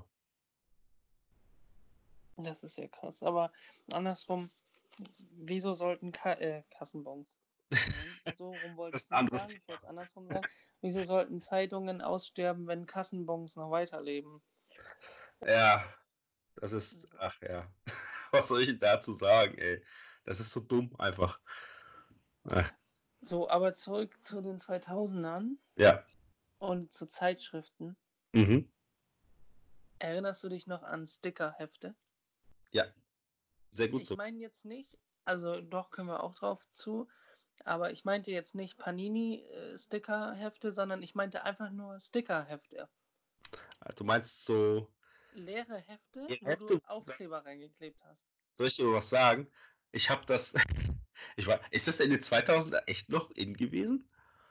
Das ist ja krass. Aber andersrum, wieso sollten Kassenbons? Nein, so rum wollte Das ich ist es ein nicht anderes sagen. Ich Thema. wollte es andersrum sagen. Wieso sollten Zeitungen aussterben, wenn Kassenbons noch weiterleben? Ja, das ist, So, ach ja, was soll ich denn dazu sagen, ey? Das ist so dumm einfach. Äh, so, aber zurück zu den 2000ern Ja, und zu Zeitschriften. mhm. Erinnerst du dich noch an Stickerhefte? Ja, sehr gut Ich so. meine jetzt nicht, also doch können wir auch drauf zu, aber ich meinte jetzt nicht Panini-Stickerhefte, sondern ich meinte einfach nur Stickerhefte. Du meinst so Leere Hefte, ja, wo du Hefte, Aufkleber reingeklebt hast. soll ich dir was sagen? Ich habe das, ist das in den 2000er echt noch in gewesen?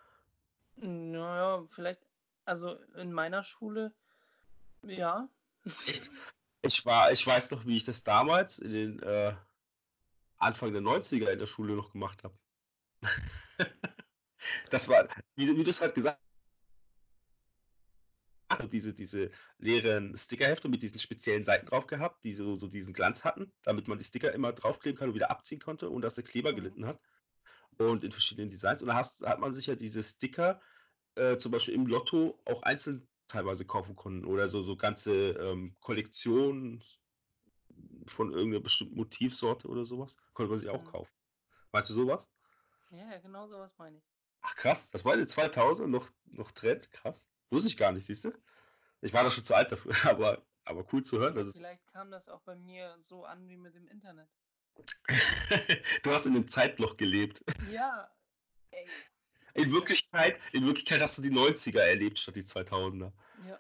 Naja, vielleicht, also in meiner Schule, ja. Echt? Ich weiß noch, wie ich das damals in den Anfang der 90er in der Schule noch gemacht habe. Das war, wie du es halt gesagt hast, diese leeren Stickerhefte mit diesen speziellen Seiten drauf gehabt, die so diesen Glanz hatten, damit man die Sticker immer draufkleben kann und wieder abziehen konnte, ohne dass der Kleber Mhm. gelitten hat. Und in verschiedenen Designs. Und da hat man sich ja diese Sticker zum Beispiel im Lotto auch einzeln teilweise kaufen können oder so ganze Kollektionen von irgendeiner bestimmten Motivsorte oder sowas. Konnte man sich auch Mhm. kaufen. Weißt du sowas? Ja, genau sowas meine ich. Ach krass, das war in den 2000 noch Trend, krass. Wusste ich gar nicht, siehst du? Ich war da schon zu alt dafür, aber cool zu hören, Ja, dass es. vielleicht kam das auch bei mir so an wie mit dem Internet. Du hast in dem Zeitloch gelebt. Ja, ey, das, In Wirklichkeit hast du die 90er erlebt statt die 2000er. ja.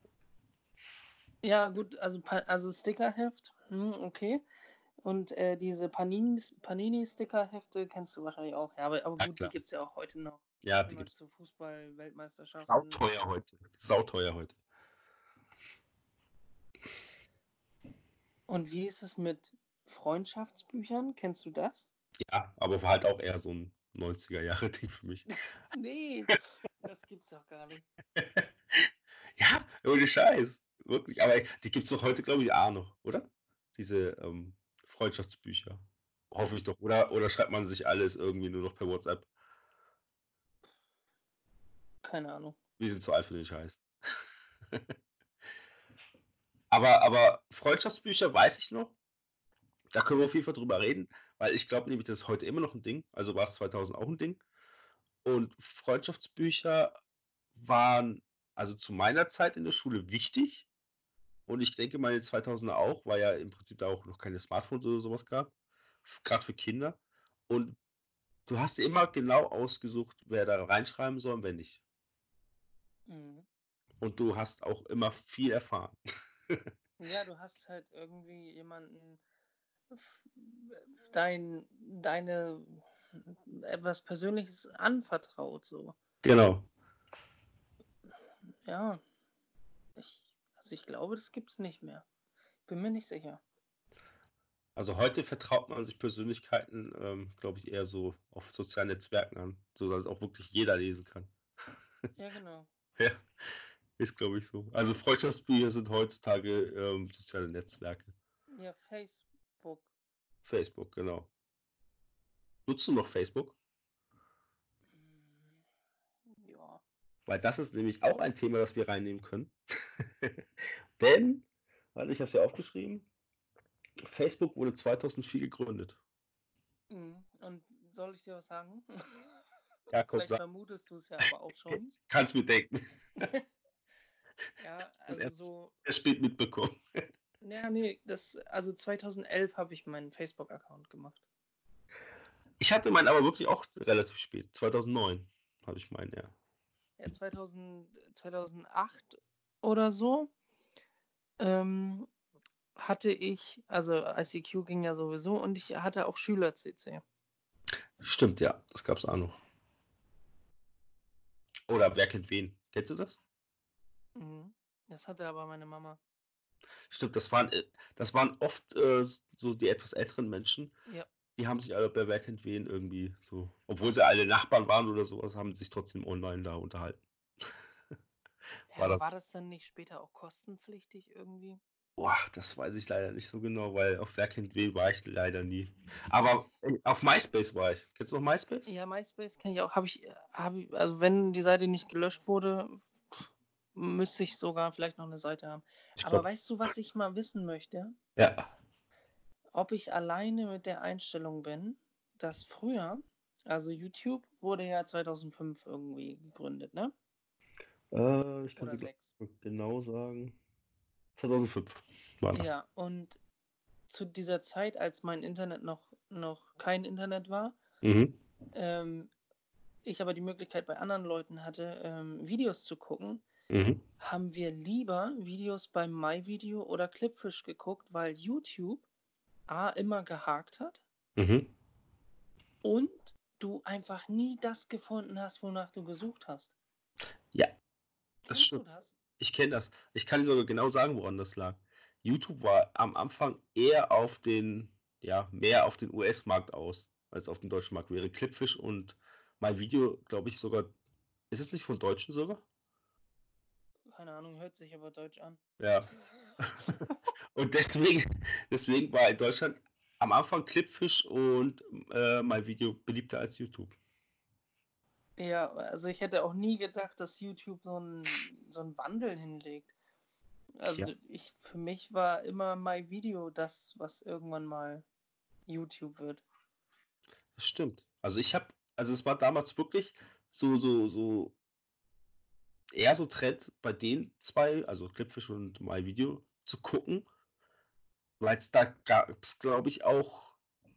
Ja, gut, also, also Stickerheft, okay. Und diese Panini-Sticker-Hefte kennst du wahrscheinlich auch. Ja, aber Ja, gut, die klar. gibt es ja auch heute noch. Ja, die Immer gibt's. zu Fußball-Weltmeisterschaften. Sauteuer heute. Sauteuer heute. Und wie ist es mit Freundschaftsbüchern? Kennst du das? Ja, aber war halt auch eher so ein 90er-Jahre-Ding für mich. Nee, das gibt's doch gar nicht. Ja, ohne Scheiß. Wirklich. Aber die gibt's doch heute, glaube ich, auch noch, oder? Diese Freundschaftsbücher. Hoffe ich doch. Oder schreibt man sich alles irgendwie nur noch per WhatsApp? Keine Ahnung. Wir sind zu alt für den Scheiß. Aber Freundschaftsbücher weiß ich noch. Da können wir auf jeden Fall drüber reden, weil ich glaube nämlich, das ist heute immer noch ein Ding. Also war es 2000 auch ein Ding. Und Freundschaftsbücher waren also zu meiner Zeit in der Schule wichtig. Und ich denke mal, in den 2000er auch, weil ja im Prinzip da auch noch keine Smartphones oder sowas gab. Gerade für Kinder. Und du hast dir immer genau ausgesucht, wer da reinschreiben soll und wer nicht. Mhm. Und du hast auch immer viel erfahren. Ja, du hast halt irgendwie jemanden f- deine etwas Persönliches anvertraut, so. Genau. Ja, also ich glaube, das gibt's nicht mehr. Bin mir nicht sicher. Also heute vertraut man sich Persönlichkeiten, glaube ich, eher so auf sozialen Netzwerken an, sodass es auch wirklich jeder lesen kann. Ja, genau. Ja, ist, glaube ich, so. Also Freundschaftsbücher sind heutzutage soziale Netzwerke. Ja, Facebook. Facebook, genau. Nutzt du noch Facebook? Ja. Weil das ist nämlich auch ein Thema, das wir reinnehmen können. Denn, warte, ich habe es ja aufgeschrieben, Facebook wurde 2004 gegründet. Und soll ich dir was sagen? Ja, komm, Vielleicht vermutest du es ja aber auch schon. kannst mir denken. Ja, Das also erst so. sehr spät mitbekommen. Ja, nee, also 2011 habe ich meinen Facebook-Account gemacht. Ich hatte meinen aber wirklich auch relativ spät. 2009 habe ich meinen, ja. Ja, 2008 oder so ähm, hatte ich, also ICQ ging ja sowieso und ich hatte auch Schüler-CC. Stimmt, ja, das gab es auch noch. Oder wer kennt wen? Kennst du das? Mhm. Das hatte aber meine Mama. Stimmt, das waren oft so die etwas älteren Menschen, Ja. die haben sich alle bei wer kennt wen irgendwie so, obwohl sie alle Nachbarn waren oder sowas, haben sie sich trotzdem online da unterhalten. Ja, War aber das? war das dann nicht später auch kostenpflichtig irgendwie? Boah, das weiß ich leider nicht so genau, weil auf wer kennt wen war ich leider nie. Aber auf MySpace war ich. Kennst du noch MySpace? Ja, MySpace kenne ich auch. Also wenn die Seite nicht gelöscht wurde, müsste ich sogar vielleicht noch eine Seite haben. Ich Aber glaube, weißt du, was ich mal wissen möchte? ja. Ob ich alleine mit der Einstellung bin, dass früher, also YouTube wurde ja 2005 irgendwie gegründet, ne? Ich kann Oder sie glaub, 6. genau sagen. 2005 war das. Ja, und zu dieser Zeit, als mein Internet noch kein Internet war, Mhm. ähm, ich aber die Möglichkeit bei anderen Leuten hatte, Videos zu gucken, Mhm. haben wir lieber Videos beim MyVideo oder Clipfish geguckt, weil YouTube A immer gehakt hat Mhm. und du einfach nie das gefunden hast, wonach du gesucht hast. Ja, das Kennst du stimmt. das? Ich kenne das. Ich kann dir sogar genau sagen, woran das lag. YouTube war am Anfang eher auf den, ja, mehr auf den US-Markt aus, als auf den deutschen Markt. Wäre Clipfish und MyVideo, glaube ich, sogar. Ist es nicht von Deutschen sogar? Keine Ahnung, hört sich aber deutsch an. Ja. Und deswegen war in Deutschland am Anfang Clipfish und MyVideo beliebter als YouTube. Ja, also ich hätte auch nie gedacht, dass YouTube so einen Wandel hinlegt. Ja, Also für mich war immer MyVideo das, was irgendwann mal YouTube wird. das stimmt. Also es war damals wirklich so eher so Trend bei den zwei, also Clipfish und MyVideo, zu gucken, weil es da gab es, glaube ich, auch.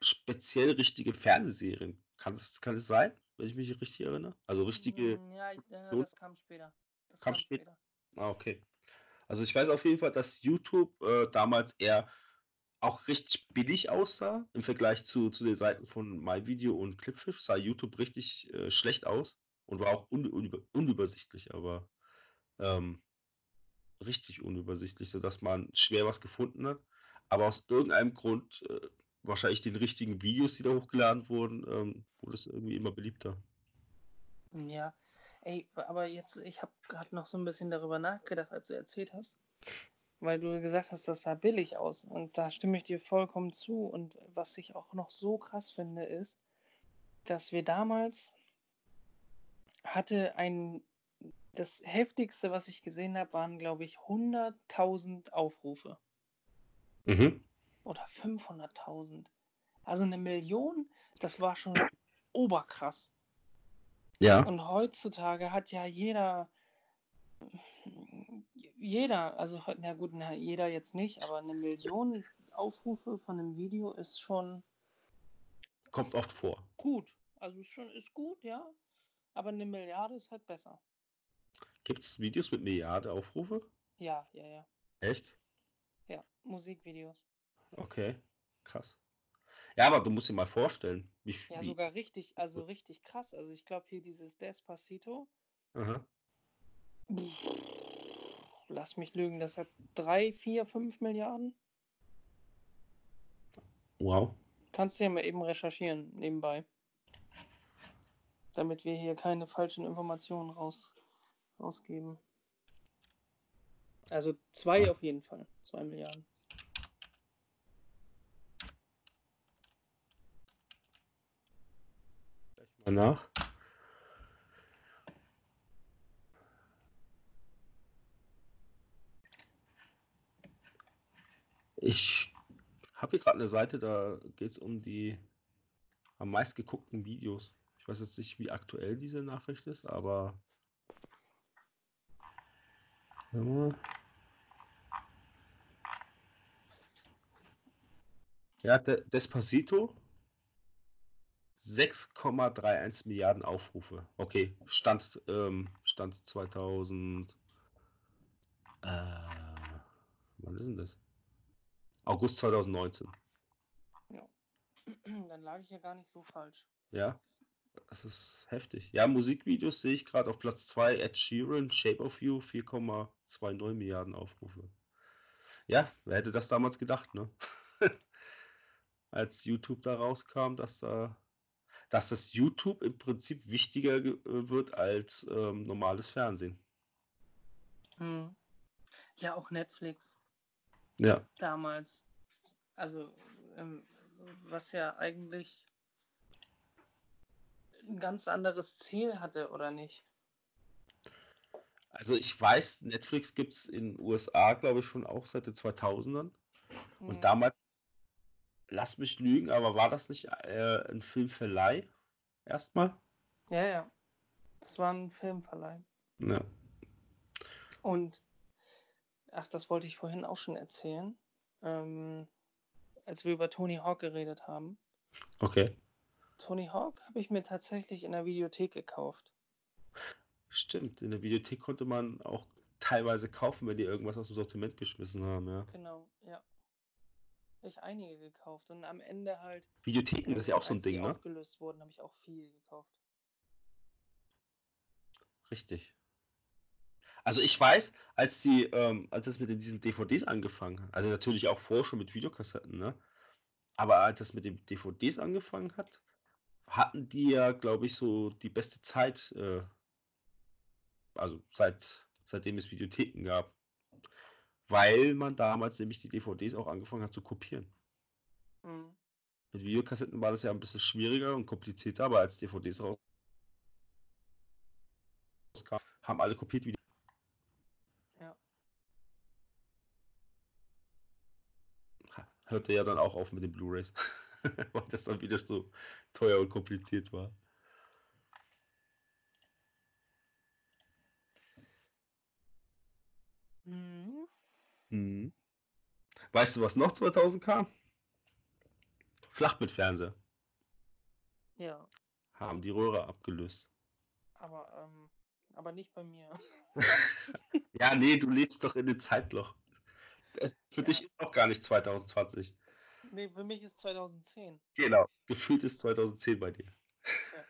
speziell richtige Fernsehserien. Kann es sein, wenn ich mich richtig erinnere? Also richtige Ja, Produktion das kam später. Das kam kam spät. später. Ah, okay. Also ich weiß auf jeden Fall, dass YouTube damals eher auch richtig billig aussah im Vergleich zu den Seiten von MyVideo und Clipfish. Sah YouTube richtig schlecht aus und war auch unübersichtlich, aber ähm, richtig unübersichtlich, sodass man schwer was gefunden hat. Aber aus irgendeinem Grund, wahrscheinlich den richtigen Videos, die da hochgeladen wurden, wurde es irgendwie immer beliebter. Ja, ey, aber jetzt, ich habe gerade noch so ein bisschen darüber nachgedacht, als du erzählt hast, weil du gesagt hast, das sah billig aus. Und da stimme ich dir vollkommen zu. Und was ich auch noch so krass finde, ist, dass wir damals hatte das heftigste, was ich gesehen habe, waren, glaube ich, 100.000 Aufrufe Mhm. oder 500.000. Also 1 Million, das war schon oberkrass. Ja, Und heutzutage hat ja also na gut, jeder jetzt nicht, aber 1 Million Aufrufe von einem Video ist schon kommt oft vor. gut. Also ist gut, ja, aber 1 Milliarde ist halt besser. Gibt es Videos mit Milliarde Aufrufe? Ja, ja, ja, Echt? ja, Musikvideos. Okay, krass. Ja, aber du musst dir mal vorstellen, Ja, sogar richtig, also richtig krass. Also ich glaube hier dieses Despacito, Aha. lass mich lügen, das hat 3, 4, 5 Milliarden. Wow. Kannst du ja mal eben recherchieren nebenbei, damit wir hier keine falschen Informationen rausgeben. Also 2 auf jeden Fall, 2 Milliarden. Mal nach. Ich habe hier gerade eine Seite, da geht es um die am meistgeguckten Videos. Ich weiß jetzt nicht, wie aktuell diese Nachricht ist, aber warte mal. Ja, Despacito 6,31 Milliarden Aufrufe. Okay, Stand 2000. Wann ist denn das? August 2019. Ja, dann lag ich ja gar nicht so falsch. Ja, das ist heftig. Ja, Musikvideos sehe ich gerade auf Platz 2. Ed Sheeran, Shape of You, 4,29 Milliarden Aufrufe. Ja, wer hätte das damals gedacht, ne? Als YouTube da rauskam, dass das YouTube im Prinzip wichtiger wird als normales Fernsehen. Hm. Ja, auch Netflix Ja, damals. Also, ähm, was ja eigentlich ein ganz anderes Ziel hatte, oder nicht? also ich weiß, Netflix gibt es in den USA, glaube ich, schon auch seit den 2000ern. Und Hm. damals, lass mich lügen, aber war das nicht ein Filmverleih erstmal? Ja, ja. Das war ein Filmverleih. Ja, Und, ach, das wollte ich vorhin auch schon erzählen, ähm, als wir über Tony Hawk geredet haben. okay. Tony Hawk habe ich mir tatsächlich in der Videothek gekauft. Stimmt, in der Videothek konnte man auch teilweise kaufen, wenn die irgendwas aus dem Sortiment geschmissen haben, ja. Genau, ja. Ich einige gekauft und am Ende halt, Videotheken, das ist ja auch so ein als die Ding, ne? aufgelöst wurden, habe ich auch viel gekauft. Richtig. Also ich weiß, als es mit diesen DVDs angefangen hat, also natürlich auch vorher schon mit Videokassetten, ne? Aber als es mit den DVDs angefangen hat, hatten die ja, glaube ich, so die beste Zeit, also seitdem es Videotheken gab. Weil man damals nämlich die DVDs auch angefangen hat zu kopieren. Mhm. Mit Videokassetten war das ja ein bisschen schwieriger und komplizierter, aber als DVDs rauskamen, haben alle kopiert. Ja. Hörte ja dann auch auf mit den Blu-rays, weil das dann wieder so teuer und kompliziert war. Mhm. Mhm. Weißt du, was noch 2000 kam? Flachbildfernseher Ja, haben die Röhre abgelöst. aber nicht bei mir. Ja, nee, du lebst doch in dem Zeitloch. Für Ja, dich ist auch gar nicht 2020. nee, für mich ist 2010. Genau. Gefühlt ist 2010 bei dir. Ja,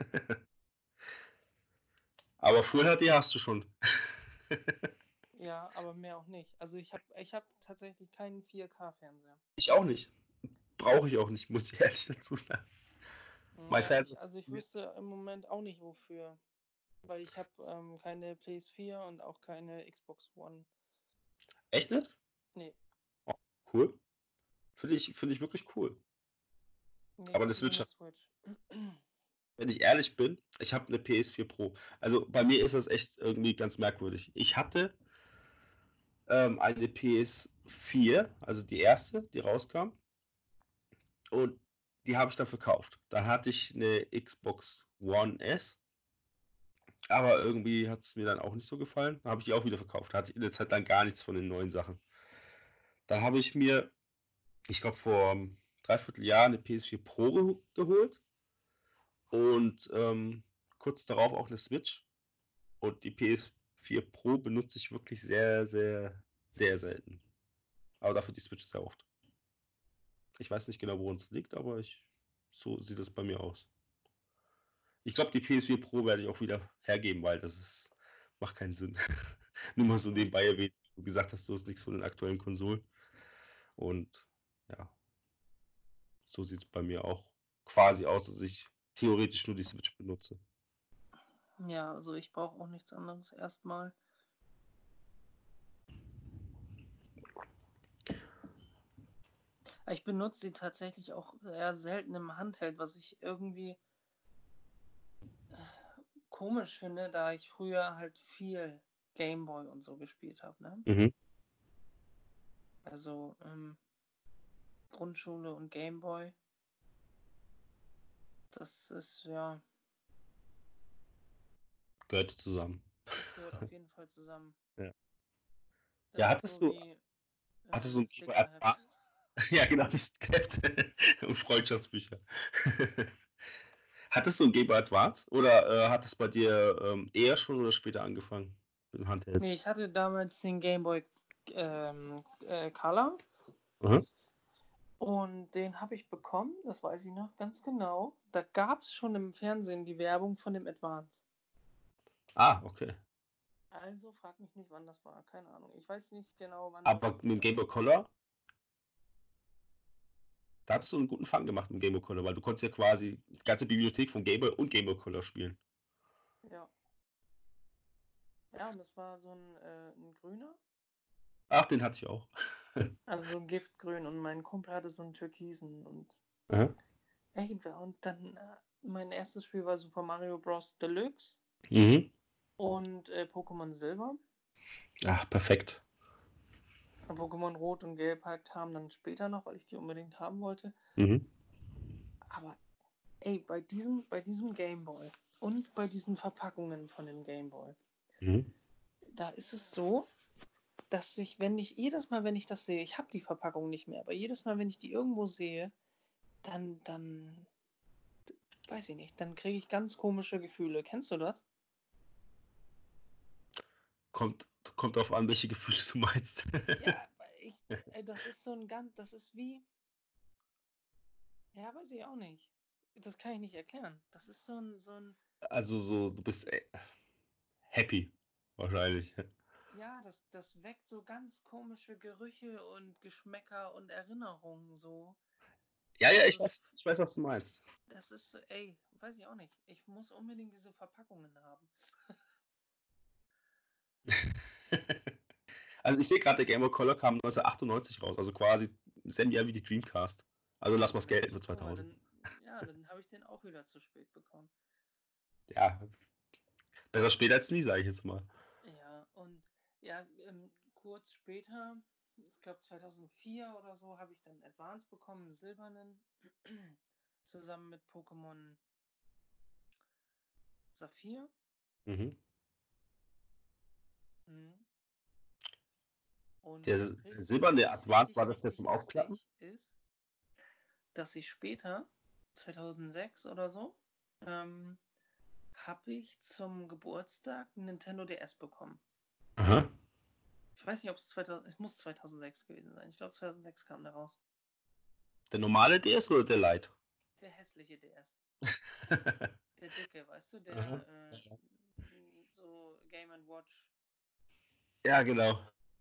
Aber Full HD hast du schon. ja, aber mehr auch nicht. Also ich hab tatsächlich keinen 4K-Fernseher. Ich auch nicht. Brauche ich auch nicht, muss ich ehrlich dazu sagen. Mein Ja, Fernseher. ich wüsste im Moment auch nicht wofür. Weil ich habe keine PS4 und auch keine Xbox One. Echt nicht? Nee, Oh, cool. Finde ich wirklich cool. nee, Aber ich eine habe nur Switch, eine Switch. wenn ich ehrlich bin, ich habe eine PS4 Pro. Also bei mir ist das echt irgendwie ganz merkwürdig. Ich hatte eine PS4, also die erste, die rauskam, und die habe ich dann verkauft. Dann hatte ich eine Xbox One S, aber irgendwie hat es mir dann auch nicht so gefallen. Dann habe ich die auch wieder verkauft. Da hatte ich in der Zeit lang gar nichts von den neuen Sachen. Dann habe ich mir, ich glaube, vor einem Dreivierteljahr eine PS4 Pro geholt und kurz darauf auch eine Switch. Und die PS4 Pro benutze ich wirklich sehr, sehr, sehr selten. Aber dafür die Switch sehr oft. Ich weiß nicht genau, woran es liegt, aber so sieht es bei mir aus. Ich glaube, die PS4 Pro werde ich auch wieder hergeben, weil macht keinen Sinn. Nur mal so Hm. nebenbei erwähnt, du gesagt hast, du hast nichts von den aktuellen Konsolen. Und ja, so sieht es bei mir auch quasi aus, dass ich theoretisch nur die Switch benutze. Ja, also ich brauche auch nichts anderes erstmal. Ich benutze sie tatsächlich auch eher selten im Handheld, was ich irgendwie komisch finde, da ich früher halt viel Gameboy und so gespielt habe, ne? Mhm. Also Grundschule und Gameboy, das ist ja, Gehört zusammen. das gehört auf jeden Fall zusammen. Ja. Das Ja, ist so wie hattest du ein Game Boy Stickerheft. Advance? Ja, genau, das Skript und Freundschaftsbücher. Hattest du ein Game Boy Advance oder hat es bei dir eher schon oder später angefangen mit dem Handheld? Nee, ich hatte damals den Gameboy Color Mhm. und den habe ich bekommen, das weiß ich noch ganz genau. Da gab es schon im Fernsehen die Werbung von dem Advance. Ah, okay. Also frag mich nicht, wann das war. Keine Ahnung. Ich weiß nicht genau, wann Aber das. mit dem Game Boy Color, da hattest du einen guten Fang gemacht mit dem Game Boy Color, weil du konntest ja quasi die ganze Bibliothek von Game Boy und Game Boy Color spielen. Ja. Ja, und das war so ein grüner. Ach, den hatte ich auch. Also so ein Giftgrün. Und mein Kumpel hatte so einen türkisen. Und Aha. ey, und dann mein erstes Spiel war Super Mario Bros. Deluxe Mhm. und Pokémon Silber. Ach, perfekt. Pokémon Rot und Gelb halt kamen dann später noch, weil ich die unbedingt haben wollte. Mhm. Aber ey, bei diesem Gameboy und bei diesen Verpackungen von dem Gameboy, Mhm. da ist es so, dass ich, wenn ich jedes Mal, wenn ich das sehe, ich habe die Verpackung nicht mehr, aber jedes Mal, wenn ich die irgendwo sehe, dann weiß ich nicht, dann kriege ich ganz komische Gefühle. Kennst du das? Kommt, kommt darauf an, welche Gefühle du meinst. Ja, das ist so ein ganz, das ist wie, ja, weiß ich auch nicht. Das kann ich nicht erklären. Das ist so ein, Also so, du bist happy, wahrscheinlich. ja, das weckt so ganz komische Gerüche und Geschmäcker und Erinnerungen so. Ja, ja, Das ist, ich weiß, was du meinst. das ist so, ey, weiß ich auch nicht. Ich muss unbedingt diese Verpackungen haben. Also ich sehe gerade, der Game Boy Color kam 1998 raus, also quasi im selben Jahr wie die Dreamcast. Also lass mal das gelten für Guck mal, 2000. dann habe ich den auch wieder zu spät bekommen. Ja, besser später als nie, sage ich jetzt mal. Ja, und ja, kurz später, ich glaube 2004 oder so, habe ich dann Advance bekommen, einen silbernen, zusammen mit Pokémon Saphir. Mhm. Mhm. Und Der richtig, silberne was Advance, war richtig, das der richtig zum Aufklappen? lustig ist, dass ich später, 2006 oder so, habe ich zum Geburtstag einen Nintendo DS bekommen. Aha. Ich weiß nicht, ob es muss 2006 gewesen sein. Ich glaube, 2006 kam der raus. Der normale DS oder der Lite? Der hässliche DS. Der dicke, weißt du, Aha. der so Game & Watch. Ja, genau.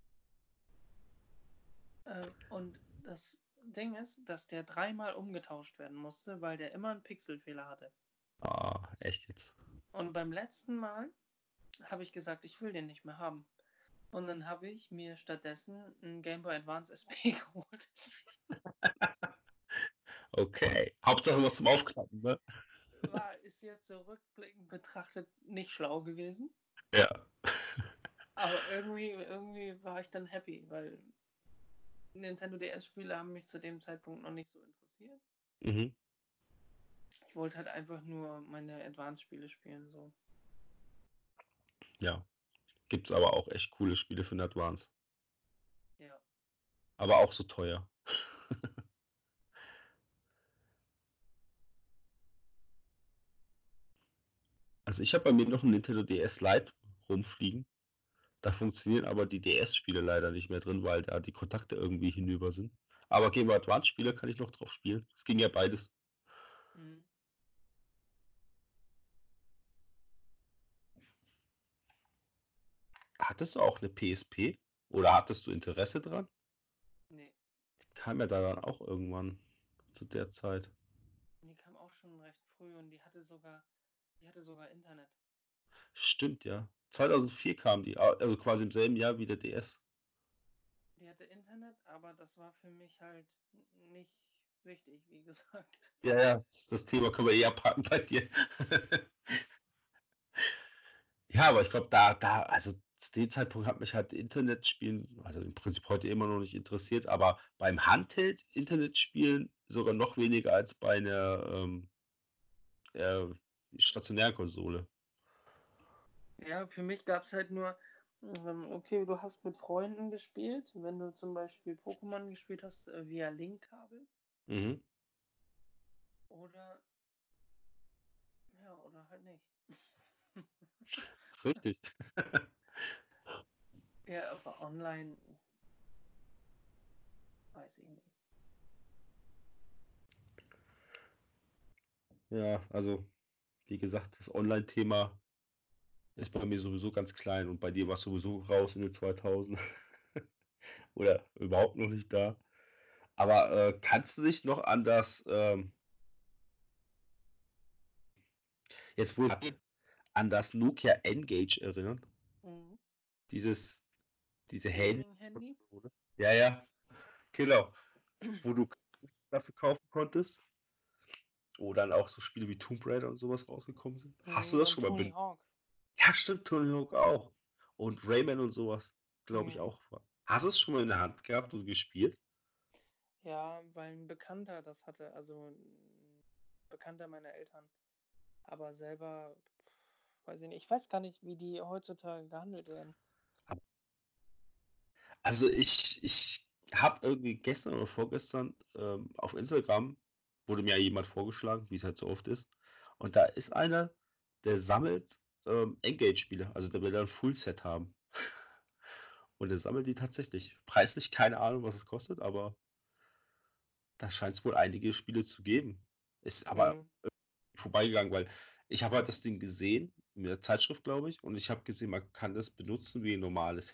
Und das Ding ist, dass der 3-mal umgetauscht werden musste, weil der immer einen Pixelfehler hatte. Ah, echt jetzt. Und beim letzten Mal habe ich gesagt, ich will den nicht mehr haben. Und dann habe ich mir stattdessen einen Game Boy Advance SP geholt. Okay. Hauptsache was zum Aufklappen, ne? Ist jetzt so rückblickend betrachtet nicht schlau gewesen. Ja. Aber irgendwie war ich dann happy, weil Nintendo DS-Spiele haben mich zu dem Zeitpunkt noch nicht so interessiert. Mhm. Ich wollte halt einfach nur meine Advance-Spiele spielen, so. Ja. Gibt's aber auch echt coole Spiele für den Advance. Ja. Aber auch so teuer. Also ich habe bei mir noch einen Nintendo DS Lite rumfliegen. Da funktionieren aber die DS-Spiele leider nicht mehr drin, weil da die Kontakte irgendwie hinüber sind. Aber Game Boy Advance-Spiele kann ich noch drauf spielen. Es ging ja beides. Mhm. Hattest du auch eine PSP? Oder hattest du Interesse dran? Nee, Kam ja da dann auch irgendwann zu der Zeit. die kam auch schon recht früh und die hatte sogar Internet. Stimmt, ja. 2004 kam die, also quasi im selben Jahr wie der DS. Die hatte Internet, aber das war für mich halt nicht wichtig, wie gesagt. Ja, ja, das Thema können wir eh abhaken bei dir. Ja, aber ich glaube, also zu dem Zeitpunkt hat mich halt Internetspielen, also im Prinzip heute immer noch nicht interessiert, aber beim Handheld-Internetspielen sogar noch weniger als bei einer äh, stationären Konsole. Ja, für mich gab es halt nur, okay, du hast mit Freunden gespielt, wenn du zum Beispiel Pokémon gespielt hast, via Linkkabel Mhm, oder oder halt nicht. richtig. Ja, aber online weiß ich nicht. Ja, also wie gesagt, das Online-Thema ist bei mir sowieso ganz klein und bei dir war es sowieso raus in den 2000 oder überhaupt noch nicht da. Aber kannst du dich noch an jetzt wo an das Nokia N-Gage erinnern? Mhm. Dieses, diese Handy. Gaming-Handy? Ja, ja, genau. Wo du dafür kaufen konntest. Wo dann auch so Spiele wie Tomb Raider und sowas rausgekommen sind. Hast du das Und schon mal Tony benutzt? Hawk. Ja, stimmt, Tony Hawk auch. Und Rayman und sowas, glaube ich Mhm. auch. Hast du es schon mal in der Hand gehabt und gespielt? Ja, weil ein Bekannter das hatte, also ein Bekannter meiner Eltern. Aber selber, weiß ich nicht. Ich weiß gar nicht, wie die heutzutage gehandelt werden. Also ich habe irgendwie gestern oder vorgestern auf Instagram wurde mir jemand vorgeschlagen, wie es halt so oft ist. Und da ist einer, der sammelt Engage-Spiele, also der will dann ein Full-Set haben. Und der sammelt die tatsächlich. Preislich keine Ahnung, was es kostet, aber da scheint es wohl einige Spiele zu geben. Ist aber Mhm. vorbeigegangen, weil ich habe halt das Ding gesehen, in der Zeitschrift, glaube ich, und ich habe gesehen, man kann das benutzen wie ein normales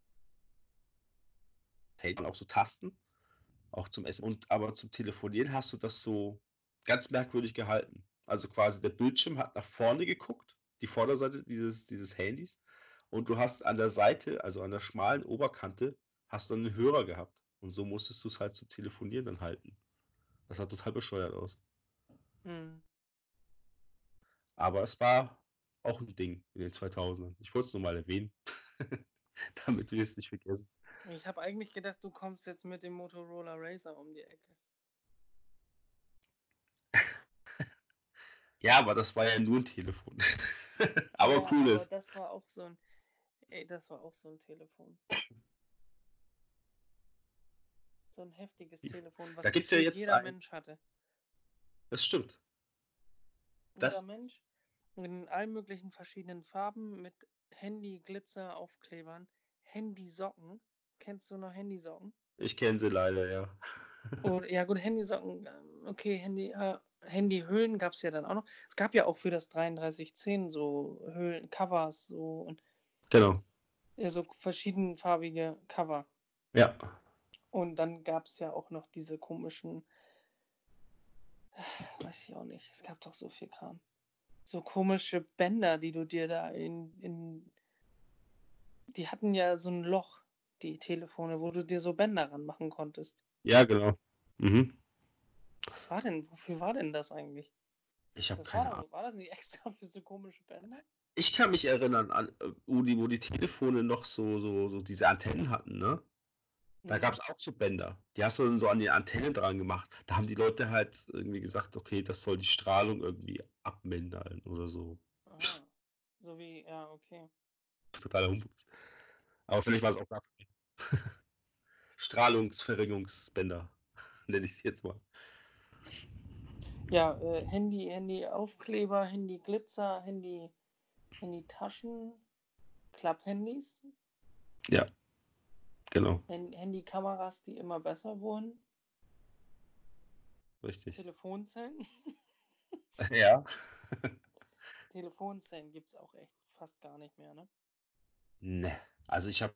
Handy, auch so Tasten. Auch zum Essen. Und aber zum Telefonieren hast du das so ganz merkwürdig gehalten. Also quasi der Bildschirm hat nach vorne geguckt, die Vorderseite dieses Handys. Und du hast an der Seite, also an der schmalen Oberkante, hast du einen Hörer gehabt. Und so musstest du es halt zum Telefonieren dann halten. Das sah total bescheuert aus. Mhm. Aber es war auch ein Ding in den 2000ern. Ich wollte es nur mal erwähnen, damit wir es nicht vergessen. Ich habe eigentlich gedacht, du kommst jetzt mit dem Motorola Razer um die Ecke. Ja, aber das war ja nur ein Telefon. Aber Ja, aber cooles. das war auch so ein Telefon. so ein heftiges Telefon, Da was gibt es ja gefühlt jetzt jeder ein, Mensch hatte. das stimmt. Jeder Das, Mensch in allen möglichen verschiedenen Farben mit Handy-Glitzer-Aufklebern, Handysocken. Kennst du noch Handysocken? ich kenne sie leider, ja. Oder, ja gut, Handysocken, okay, Handyhüllen gab es ja dann auch noch. Es gab ja auch für das 3310 so Hüllen, Covers, so und Genau. ja, so verschiedenfarbige Cover. Ja. Und dann gab es ja auch noch diese komischen, weiß ich auch nicht, es gab doch so viel Kram. So komische Bänder, die du dir da die hatten ja so ein Loch, die Telefone, wo du dir so Bänder ranmachen konntest. Ja, genau. Mhm. Wofür war denn das eigentlich? Ich habe keine Ahnung. War das nicht extra für so komische Bänder? Ich kann mich erinnern an, wo die Telefone noch so diese Antennen hatten, ne? Da gab Mhm. es auch so Bänder. Die hast du dann so an die Antennen dran gemacht. Da haben die Leute halt irgendwie gesagt, okay, das soll die Strahlung irgendwie abmindern oder so. Ah, so wie, ja, okay. Totaler Humbug. Aber vielleicht war es auch dafür. Strahlungsverringungsbänder, nenne ich es jetzt mal. Ja, Handy-Aufkleber, Handy-Glitzer, Handy-Taschen, Klapphandys, Ja, genau, Handykameras, die immer besser wurden, richtig. Telefonzellen. Ja. Telefonzellen gibt es auch echt fast gar nicht mehr, ne? Ne, also ich habe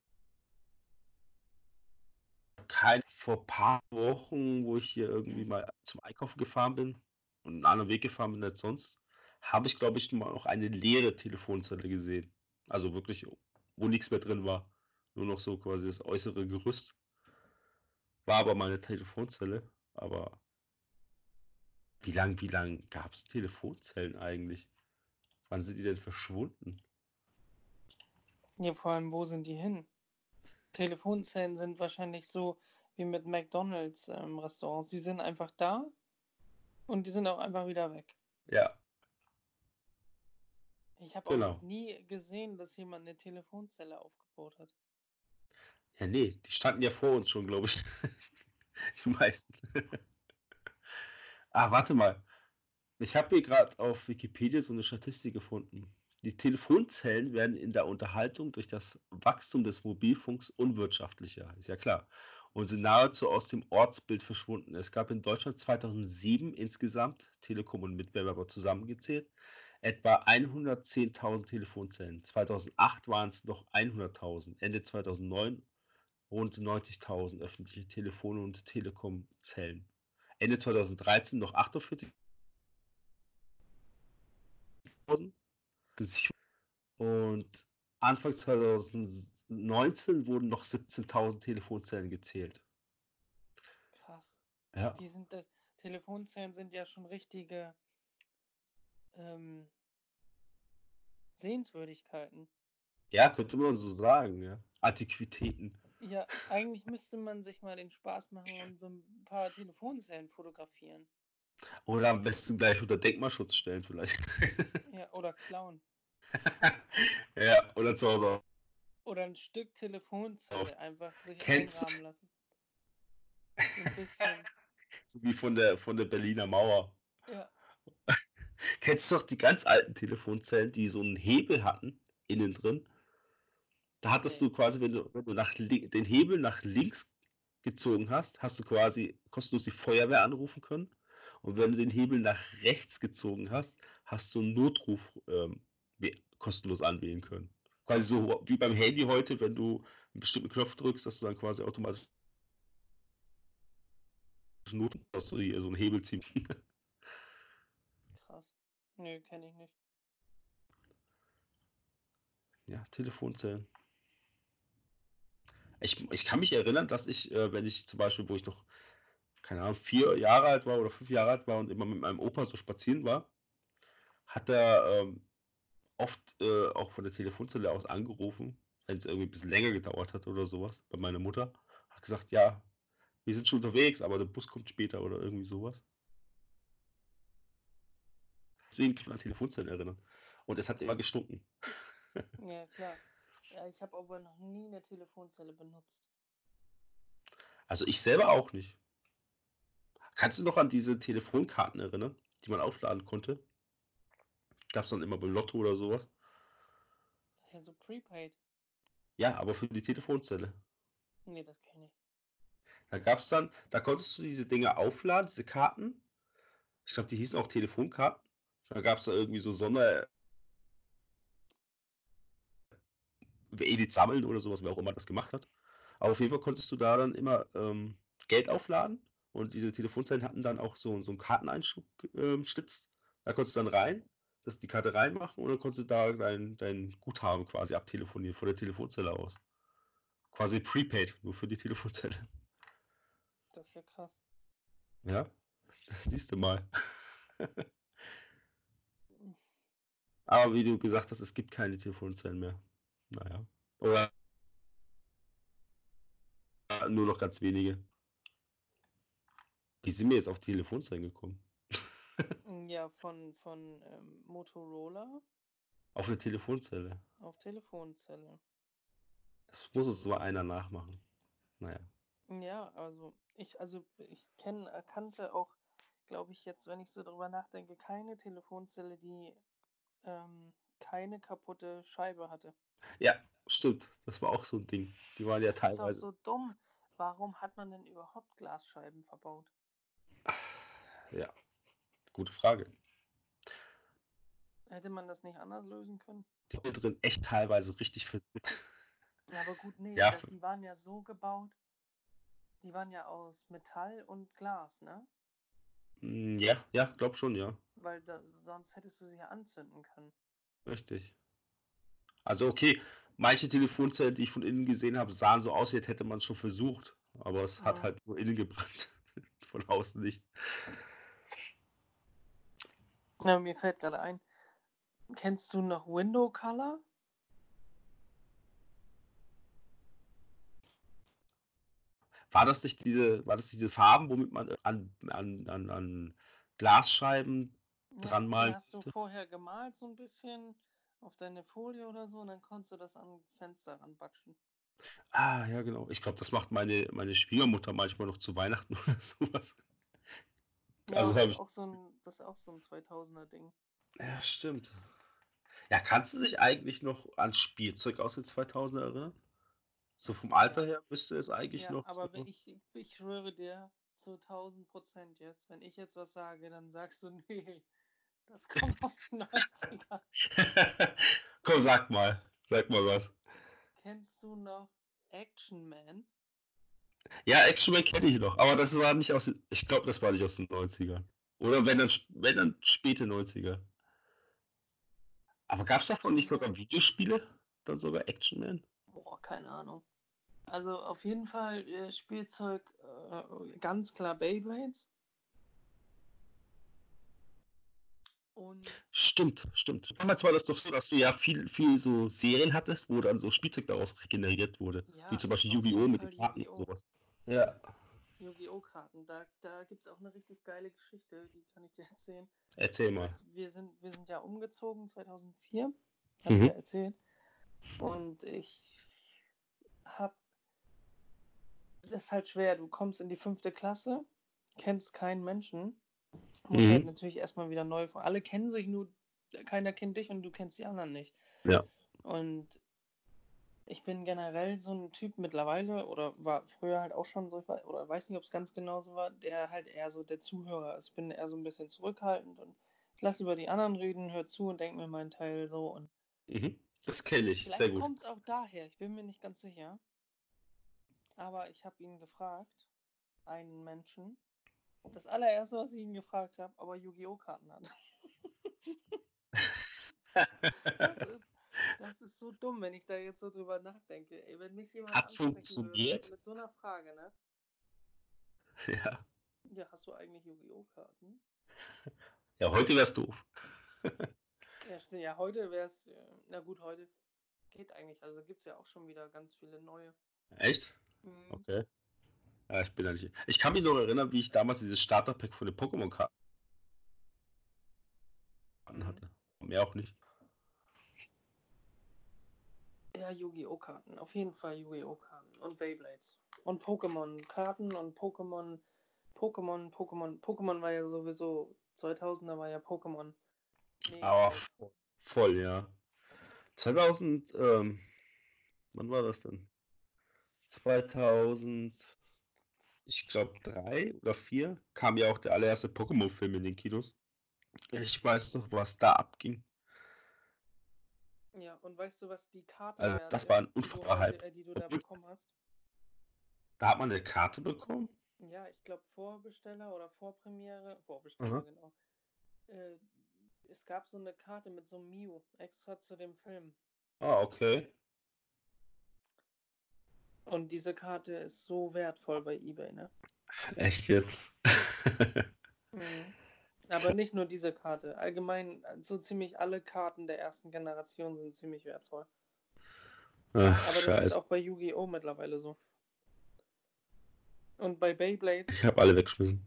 vor ein paar Wochen, wo ich hier irgendwie mal zum Einkaufen gefahren bin und einen anderen Weg gefahren bin als sonst, habe ich, glaube ich, mal noch eine leere Telefonzelle gesehen. Also wirklich, wo nichts mehr drin war. Nur noch so quasi das äußere Gerüst. War aber meine Telefonzelle. Aber wie lang gab es Telefonzellen eigentlich? Wann sind die denn verschwunden? Ja, vor allem, wo sind die hin? Telefonzellen sind wahrscheinlich so wie mit McDonald's Restaurants. Die sind einfach da und die sind auch einfach wieder weg. Ja, Ich habe auch noch genau. nie gesehen, dass jemand eine Telefonzelle aufgebaut hat. Ja, nee, die standen ja vor uns schon, glaube ich. Die meisten. Ah, warte mal. Ich habe hier gerade auf Wikipedia so eine Statistik gefunden. Die Telefonzellen werden in der Unterhaltung durch das Wachstum des Mobilfunks unwirtschaftlicher, ist ja klar, und sind nahezu aus dem Ortsbild verschwunden. Es gab in Deutschland 2007 insgesamt, Telekom und Mitbewerber zusammengezählt, etwa 110.000 Telefonzellen. 2008 waren es noch 100.000, Ende 2009 rund 90.000 öffentliche Telefone und Telekom-Zellen. Ende 2013 noch 48.000 und Anfang 2019 wurden noch 17.000 Telefonzellen gezählt. Krass. Ja, Telefonzellen sind ja schon richtige ähm, Sehenswürdigkeiten. ja, könnte man so sagen, ja. Antiquitäten. Ja, eigentlich müsste man sich mal den Spaß machen und so ein paar Telefonzellen fotografieren. Oder am besten gleich unter Denkmalschutz stellen vielleicht. Ja, oder klauen. Ja, oder zu Hause Oder ein Stück auf. Telefonzelle einfach sich Kennst einrahmen lassen. So ein bisschen. so wie von der Berliner Mauer. Ja, Kennst du doch die ganz alten Telefonzellen, die so einen Hebel hatten, innen drin? Da hattest nee. du quasi, wenn du den Hebel nach links gezogen hast, hast du quasi kostenlos die Feuerwehr anrufen können. Und wenn du den Hebel nach rechts gezogen hast, hast du einen Notruf kostenlos anwählen können. Quasi so wie beim Handy heute, wenn du einen bestimmten Knopf drückst, dass du dann quasi automatisch Notruf hast, du so einen Hebel ziehen. Krass. Nö, kenne ich nicht. Ja, Telefonzellen. Ich kann mich erinnern, dass ich, wenn ich zum Beispiel, wo ich noch, keine Ahnung, 4 Jahre alt war oder 5 Jahre alt war und immer mit meinem Opa so spazieren war, hat er oft auch von der Telefonzelle aus angerufen, wenn es irgendwie ein bisschen länger gedauert hat oder sowas, bei meiner Mutter. Hat gesagt, ja, wir sind schon unterwegs, aber der Bus kommt später oder irgendwie sowas. Deswegen kann ich mich an Telefonzellen erinnern. Und es hat immer gestunken. Ja, klar. Ja, ich habe aber noch nie eine Telefonzelle benutzt. Also ich selber auch nicht. Kannst du noch an diese Telefonkarten erinnern, die man aufladen konnte? Gab's dann immer beim Lotto oder sowas? Ja, so Prepaid. Ja, aber für die Telefonzelle. Nee, das kenne ich. Da konntest du diese Dinge aufladen, diese Karten. Ich glaube, die hießen auch Telefonkarten. Da gab es da irgendwie so Edith sammeln oder sowas, wer auch immer das gemacht hat. Aber auf jeden Fall konntest du da dann immer Geld aufladen und diese Telefonzellen hatten dann auch so einen Karteneinschnitt. Da konntest du dann die Karte reinmachen und dann konntest du da dein Guthaben quasi abtelefonieren von der Telefonzelle aus. Quasi Prepaid, nur für die Telefonzelle. Das ist ja krass. Ja, das siehst du mal. Aber wie du gesagt hast, es gibt keine Telefonzellen mehr. Naja. Oder nur noch ganz wenige. Wie sind wir jetzt auf Telefonzellen gekommen? Ja, von Motorola Auf eine Telefonzelle. auf Telefonzelle. Das muss uns mal einer nachmachen. Naja. Ja, ich erkannte auch, glaube ich, jetzt, wenn ich so drüber nachdenke, keine Telefonzelle, die keine kaputte Scheibe hatte. Ja, stimmt. Das war auch so ein Ding. Die waren ja Das ist auch teilweise. so dumm. Warum hat man denn überhaupt Glasscheiben verbaut? Ja, gute Frage. Hätte man das nicht anders lösen können? Die waren drin echt teilweise richtig fit. Ja, aber gut, nee, Ja, die waren ja so gebaut, die waren ja aus Metall und Glas, ne? ja, glaub schon, ja. Weil sonst hättest du sie ja anzünden können. Richtig. Also okay, manche Telefonzellen, die ich von innen gesehen habe, sahen so aus, als hätte man schon versucht. Aber es hat Mhm. halt nur innen gebrannt. Von außen nicht. Ja, mir fällt gerade ein, kennst du noch Window Color? War das diese Farben, womit man an Glasscheiben Ja, dran die malen hast du konnte? vorher gemalt so ein bisschen auf deine Folie oder so und dann konntest du das an Fenster ranbatschen. Ah, ja, genau. Ich glaube, das macht meine Schwiegermutter manchmal noch zu Weihnachten oder sowas. Ja, Also aber das habe ist ich. auch das ist auch so ein 2000er Ding. Ja, stimmt. Ja, kannst du dich eigentlich noch an Spielzeug aus den 2000er erinnern? So vom Alter Ja, her müsste es eigentlich ja, noch so. aber ich schwöre dir zu 1000% jetzt, wenn ich jetzt was sage, dann sagst du, nee, das kommt aus den 90ern. Komm, sag mal. Sag mal was. Kennst du noch Action Man? Ja, Action Man kenne ich noch, aber das war nicht aus. Ich glaube, das war nicht aus den 90ern. Oder wenn dann späte 90er. Aber gab es davon nicht Action sogar Man? Videospiele? Dann sogar Action Man? Boah, keine Ahnung. Also auf jeden Fall Spielzeug, ganz klar Beyblades. Und Stimmt, stimmt. Damals war das doch so, dass du ja viel so Serien hattest, wo dann so Spielzeug daraus generiert wurde. Wie ja, zum Beispiel auf Yu-Gi-Oh! jeden Mit den Fall Karten und Yu-Gi-Oh! sowas. Ja, Yu-Gi-Oh! Karten. Da gibt es auch eine richtig geile Geschichte, die kann ich dir erzählen. erzähl mal. Wir sind ja umgezogen 2004, habe ich Mhm. ja erzählt. Und ich habe, das ist halt schwer, du kommst in die 5. Klasse, kennst keinen Menschen, musst halt Mhm. natürlich erstmal wieder neu, alle kennen sich nur, keiner kennt dich und du kennst die anderen nicht. Ja. Und ich bin generell so ein Typ mittlerweile oder war früher halt auch schon so, oder weiß nicht, ob es ganz genau so war, der halt eher so der Zuhörer ist. Ich bin eher so ein bisschen zurückhaltend und ich lasse über die anderen reden, höre zu und denke mir meinen Teil so. Und Mhm. Das kenne ich, sehr vielleicht gut. kommt es auch daher, ich bin mir nicht ganz sicher. Aber ich habe ihn gefragt, einen Menschen, das allererste, was ich ihn gefragt habe, ob er Yu-Gi-Oh! Karten hat. Das ist, das ist so dumm, wenn ich da jetzt so drüber nachdenke. Ey, wenn mich jemand Hat's ansprechen würde funktioniert? mit so einer Frage, ne? Ja. Ja, hast du eigentlich Yu-Gi-Oh! Karten? Ja, heute wär's doof. Ja, heute wäre es, na gut, heute geht eigentlich, also gibt es ja auch schon wieder ganz viele neue. Echt? Mhm. Okay. Ja, ich bin da nicht. Ich kann mich noch erinnern, wie ich damals dieses Starterpack von den Pokémon-Karten Mhm. hatte. Mehr auch nicht. Ja, Yu-Gi-Oh! Karten, auf jeden Fall Yu-Gi-Oh! Karten und Beyblades. Und Pokémon-Karten und Pokémon war ja sowieso 2000er war ja Pokémon mega Aber hype. voll, ja. 2000, wann war das denn? 2000, ich glaube 3 oder 4, kam ja auch der allererste Pokémon-Film in den Kinos. Ich weiß noch, was da abging. Ja, und weißt du, was die Karte Also wert das war ein ist, die du unfassbarer Hype. die du da bekommen hast? Da hat man eine Karte bekommen? Ja, ich glaube Vorbesteller oder Vorpremiere, Aha. genau. Es gab so eine Karte mit so einem Mew extra zu dem Film. Ah, okay. Und diese Karte ist so wertvoll bei eBay, ne? Echt jetzt? Mhm. Aber nicht nur diese Karte. Allgemein, so ziemlich alle Karten der ersten Generation sind ziemlich wertvoll. Ach, Aber das ist scheiße. auch bei Yu-Gi-Oh! Mittlerweile so. Und bei Beyblades, Ich habe alle weggeschmissen.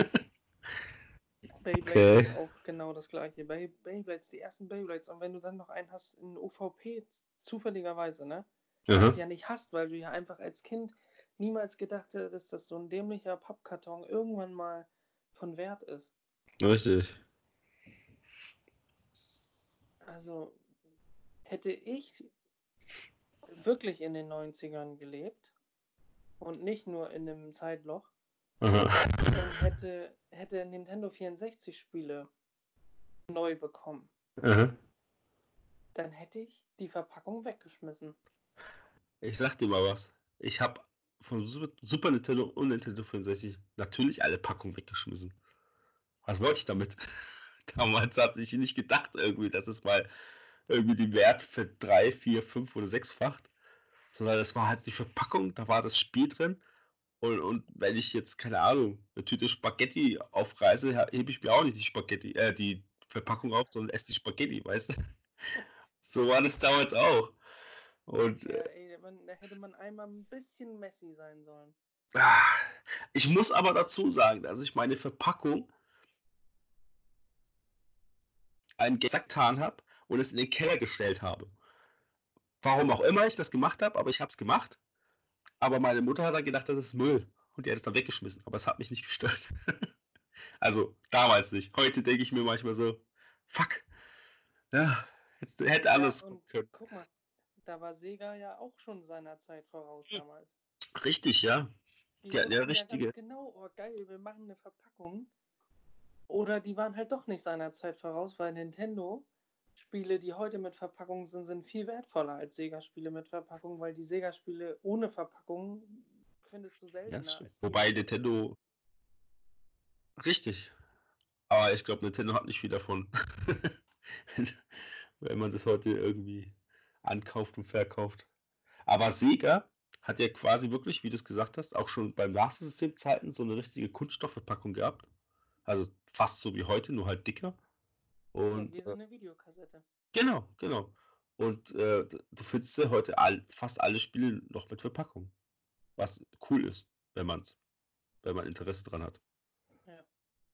Beyblades Okay. ist auch genau das gleiche. Beyblades, die ersten Beyblades. Und wenn du dann noch einen hast in UVP, zufälligerweise, ne? Was Aha. du ja nicht hast, weil du ja einfach als Kind niemals gedacht hättest, dass so ein dämlicher Pappkarton irgendwann mal von Wert ist. Richtig. Also hätte ich wirklich in den 90ern gelebt und nicht nur in einem Zeitloch Aha. und hätte Nintendo 64 Spiele neu bekommen, Aha. dann hätte ich die Verpackung weggeschmissen. Ich sag dir mal was. Ich habe von Super Nintendo und Nintendo 64 natürlich alle Packungen weggeschmissen. Was wollte ich damit? Damals hatte ich nicht gedacht irgendwie, dass es mal irgendwie den Wert für 3, 4, 5 oder 6-facht. Sondern es war halt die Verpackung, da war das Spiel drin. Und wenn ich jetzt, keine Ahnung, eine Tüte Spaghetti aufreiße, hebe ich mir auch nicht die Verpackung auf, sondern esse die Spaghetti, weißt du? So war das damals auch. Und Ja, ey, da hätte man einmal ein bisschen Messi sein sollen. ah, ich muss aber dazu sagen, dass ich meine Verpackung einen Sack getan habe und es in den Keller gestellt habe. Warum auch immer ich das gemacht habe, aber ich habe es gemacht. Aber meine Mutter hat dann gedacht, das ist Müll. Und die hat es dann weggeschmissen. Aber es hat mich nicht gestört. Also damals nicht. Heute denke ich mir manchmal so, fuck, ja, hätte Ja, anders kommen und können. guck mal, da war Sega ja auch schon seiner Zeit voraus damals. Richtig, ja. Die Der wussten ja richtige. ganz genau, oh geil, wir machen eine Verpackung. Oder die waren halt doch nicht seiner Zeit voraus, weil Nintendo-Spiele, die heute mit Verpackung sind viel wertvoller als Sega-Spiele mit Verpackung, weil die Sega-Spiele ohne Verpackung findest du Ja, das seltener stimmt. als die Wobei mit Verpackung. Nintendo, richtig. Aber ich glaube, Nintendo hat nicht viel davon. wenn, wenn man das heute irgendwie ankauft und verkauft. Aber Sega hat ja quasi wirklich, wie du es gesagt hast, auch schon beim Master System Zeiten so eine richtige Kunststoffverpackung gehabt. Also fast so wie heute, nur halt dicker. Ja, Und wie so eine Videokassette. genau, genau. Und du findest ja heute fast alle Spiele noch mit Verpackung. Was cool ist, wenn man Interesse dran hat. Ja.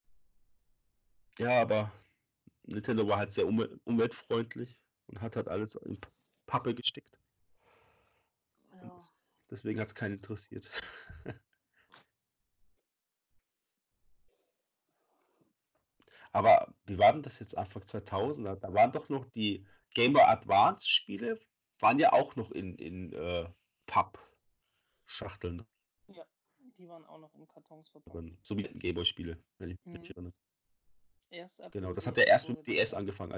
Ja, aber Nintendo war halt sehr umweltfreundlich und hat halt alles in Pappe gesteckt. Und Ja. deswegen hat es keinen interessiert. Aber wie war denn das jetzt Anfang 2000er? Da waren doch noch die Game Boy Advance Spiele, waren ja auch noch in Pappschachteln Ja, die waren auch noch in Kartons verpackt. drin. So wie die Game Boy Spiele, wenn ich mich Mhm. erinnere. Erst ab Genau, dem das hat ja DS erst wurde mit das DS dann. angefangen,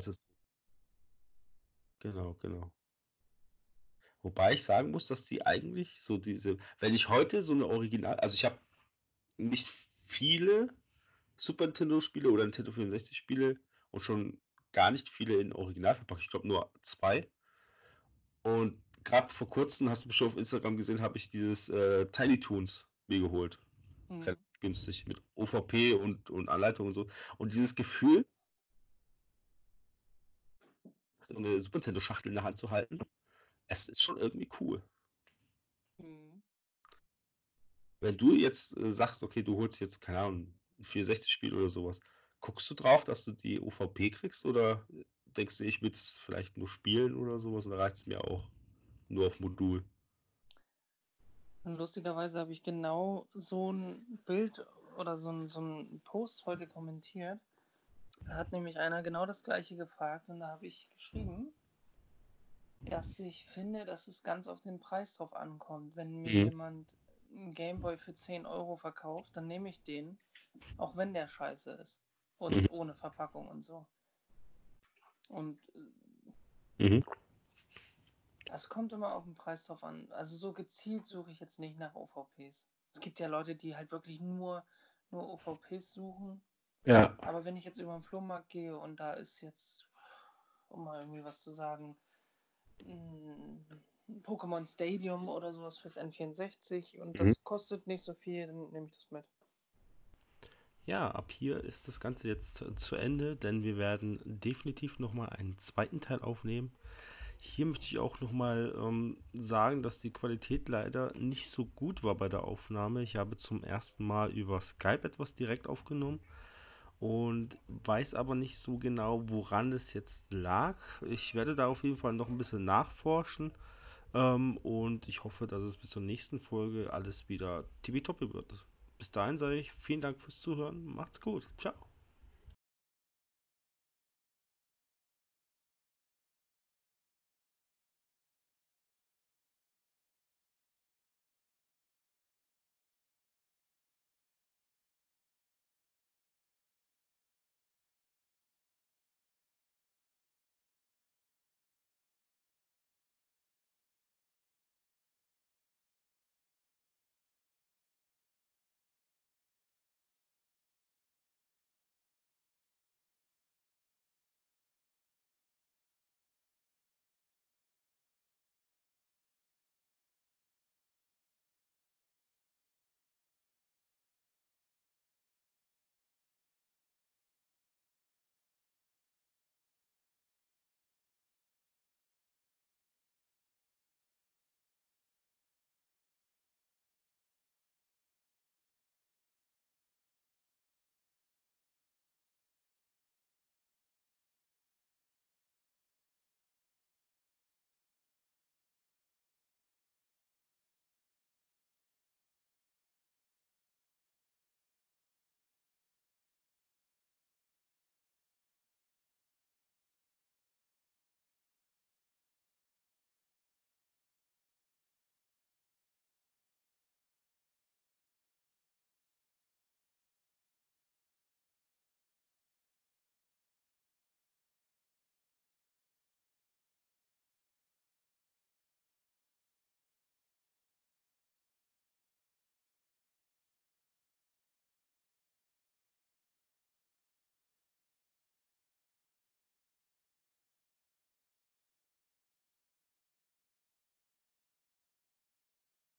genau, genau. Wobei ich sagen muss, dass die eigentlich so wenn ich heute so eine also ich habe nicht viele Super Nintendo Spiele oder Nintendo 64 Spiele und schon gar nicht viele in Original verpackt. Ich glaube nur 2. Und gerade vor Kurzem, hast du bestimmt auf Instagram gesehen, habe ich dieses Tiny Toons mir geholt. Mhm. Relativ günstig mit OVP und Anleitung und so. Und dieses Gefühl, so eine Super Nintendo Schachtel in der Hand zu halten, es ist schon irgendwie cool. Mhm. Wenn du jetzt sagst, okay, du holst jetzt, keine Ahnung, ein 64-Spiel oder sowas, guckst du drauf, dass du die UVP kriegst oder denkst du, ich will es vielleicht nur spielen oder sowas oder reicht es mir auch nur auf Modul? Und lustigerweise habe ich genau so ein Bild oder so ein Post heute kommentiert. Da hat nämlich einer genau das gleiche gefragt und da habe ich geschrieben, dass ich finde, dass es ganz auf den Preis drauf ankommt. Wenn mir Mhm. jemand einen Gameboy für 10 Euro verkauft, dann nehme ich den, auch wenn der scheiße ist Mhm. und ohne Verpackung und so. Und Mhm. das kommt immer auf den Preis drauf an. Also so gezielt suche ich jetzt nicht nach OVPs. Es gibt ja Leute, die halt wirklich nur OVPs suchen. Ja. Aber wenn ich jetzt über den Flohmarkt gehe und da ist jetzt, um mal irgendwie was zu sagen, ein Pokémon Stadium oder sowas fürs N64 und Mhm. das kostet nicht so viel, dann nehme ich das mit. Ja, ab hier ist das Ganze jetzt zu Ende, denn wir werden definitiv nochmal einen zweiten Teil aufnehmen. Hier möchte ich auch nochmal sagen, dass die Qualität leider nicht so gut war bei der Aufnahme. Ich habe zum ersten Mal über Skype etwas direkt aufgenommen und weiß aber nicht so genau, woran es jetzt lag. Ich werde da auf jeden Fall noch ein bisschen nachforschen und ich hoffe, dass es bis zur nächsten Folge alles wieder tippitoppi wird. Bis dahin sage ich vielen Dank fürs Zuhören. Macht's gut. Ciao.